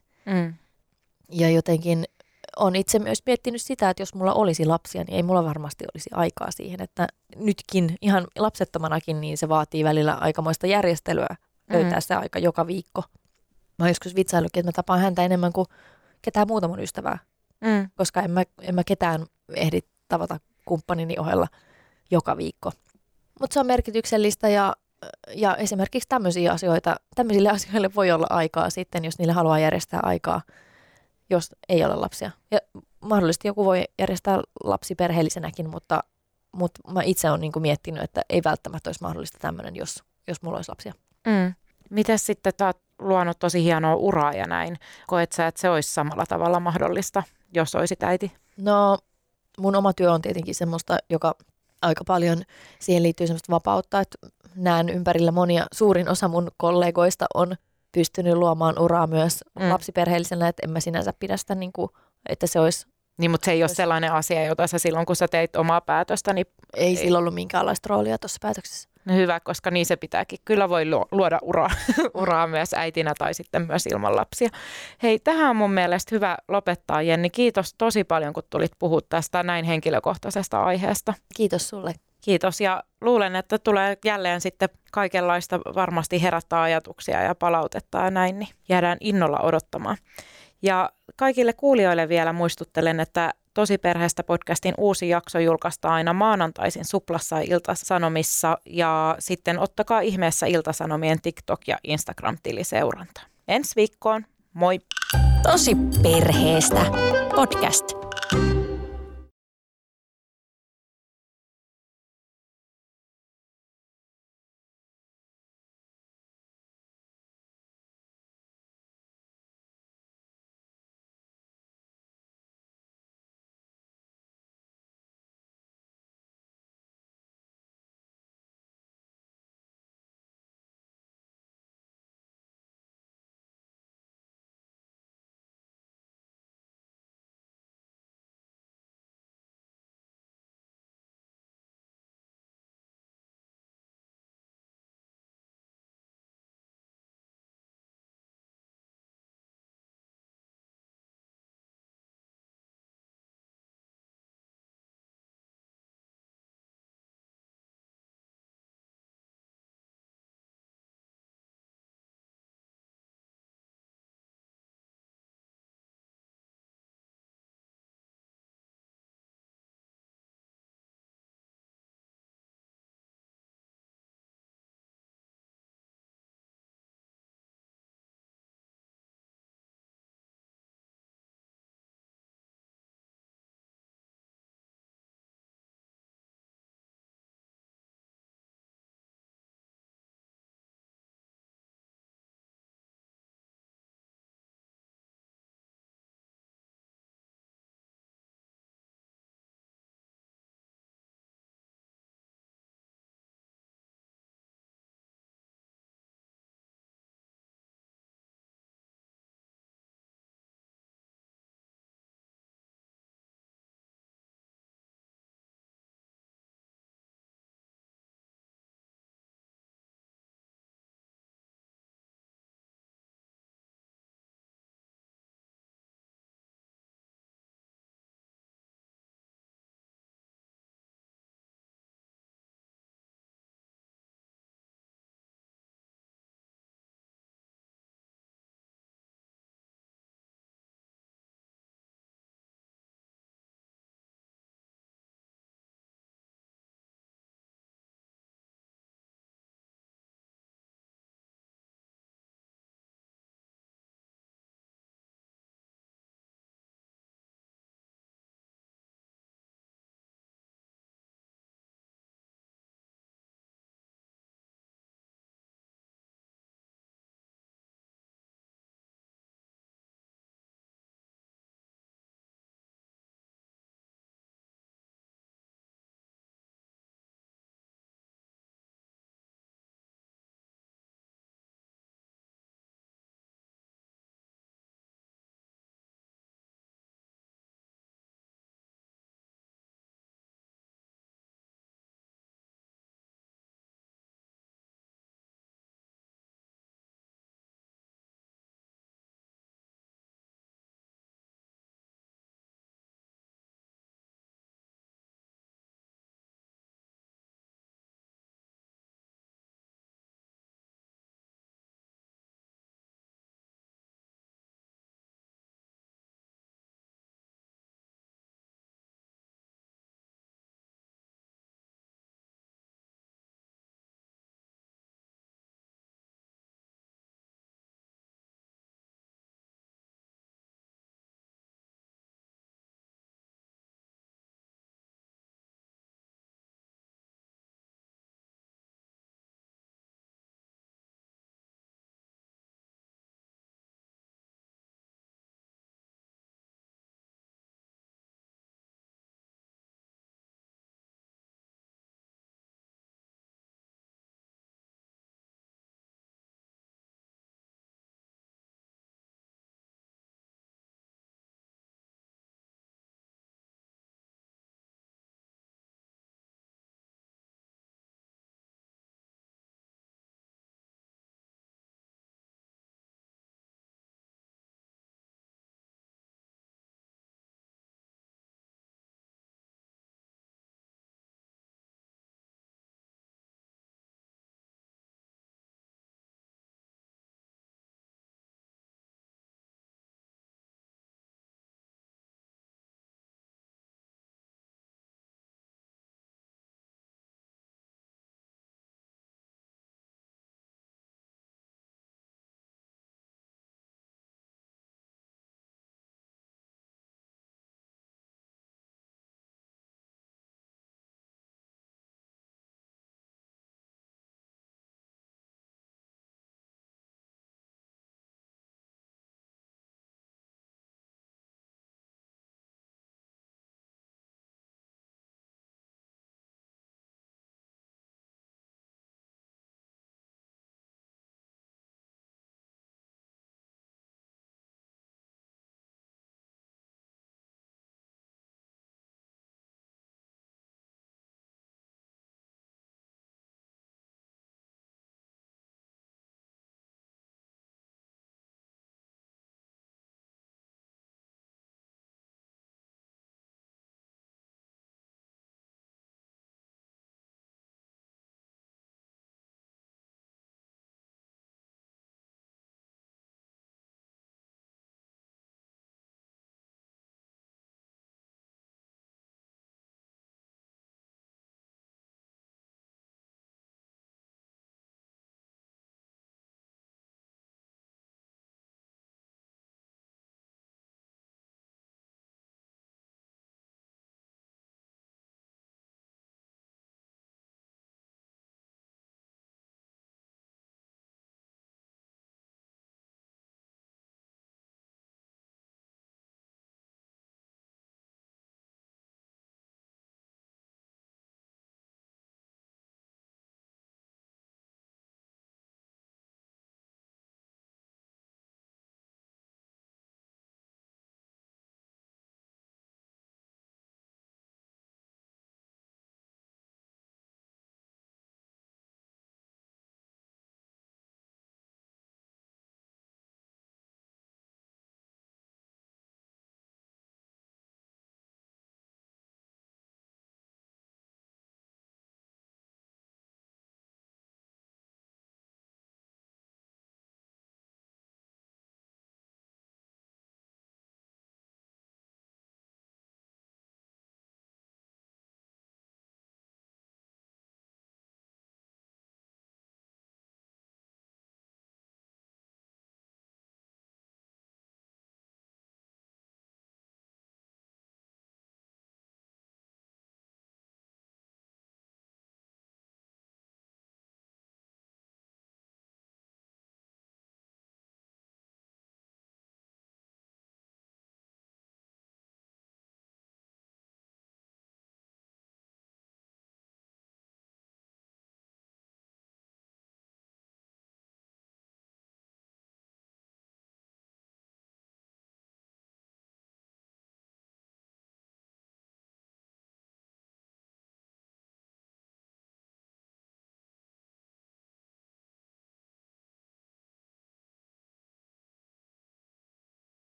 Ja jotenkin olen itse myös miettinyt sitä, että jos mulla olisi lapsia, niin ei mulla varmasti olisi aikaa siihen, että nytkin ihan lapsettomanakin, niin se vaatii välillä aikamoista järjestelyä löytää se aika joka viikko. Mä oon joskus vitsaillutkin, että mä tapaan häntä enemmän kuin ketään muuta mun ystävää, koska en mä ketään ehdi tavata kumppanini ohella joka viikko. Mutta se on merkityksellistä ja esimerkiksi tämmöisille asioille voi olla aikaa sitten, jos niille haluaa järjestää aikaa, jos ei ole lapsia. Ja mahdollisesti joku voi järjestää lapsi perheellisenäkin, mutta mä itse olen niinku miettinyt, että ei välttämättä olisi mahdollista tämmöinen, jos mulla olisi lapsia. Mites sitten, sä oot luonut tosi hienoa uraa ja näin. Koet sä, että se olisi samalla tavalla mahdollista, jos olisit äiti? No mun oma työ on tietenkin semmoista, joka aika paljon siihen liittyy semmoista vapautta, että näen ympärillä suurin osa mun kollegoista on pystynyt luomaan uraa myös lapsiperheellisenä, että en mä sinänsä pidä sitä, niin kuin, että se olisi... Niin, mutta se ei ole sellainen asia, jota sä silloin, kun sä teit omaa päätöstä, niin... Ei sillä ollut minkäänlaista roolia tuossa päätöksessä. No hyvä, koska niin se pitääkin. Kyllä voi luoda uraa myös äitinä tai sitten myös ilman lapsia. Hei, tähän on mun mielestä hyvä lopettaa, Jenni. Kiitos tosi paljon, kun tulit puhua tästä näin henkilökohtaisesta aiheesta. Kiitos sulle. Kiitos ja luulen, että tulee jälleen sitten kaikenlaista varmasti herättää ajatuksia ja palautetta ja näin, niin jäädään innolla odottamaan. Ja kaikille kuulijoille vielä muistuttelen, että Tosiperheestä podcastin uusi jakso julkaistaan aina maanantaisin Suplassa ja Ilta-Sanomissa. Ja sitten ottakaa ihmeessä Ilta-Sanomien TikTok- ja Instagram-tili seuranta. Ensi viikkoon. Moi! Tosiperheestä podcast.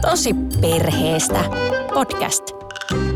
Tosi perheestä podcast.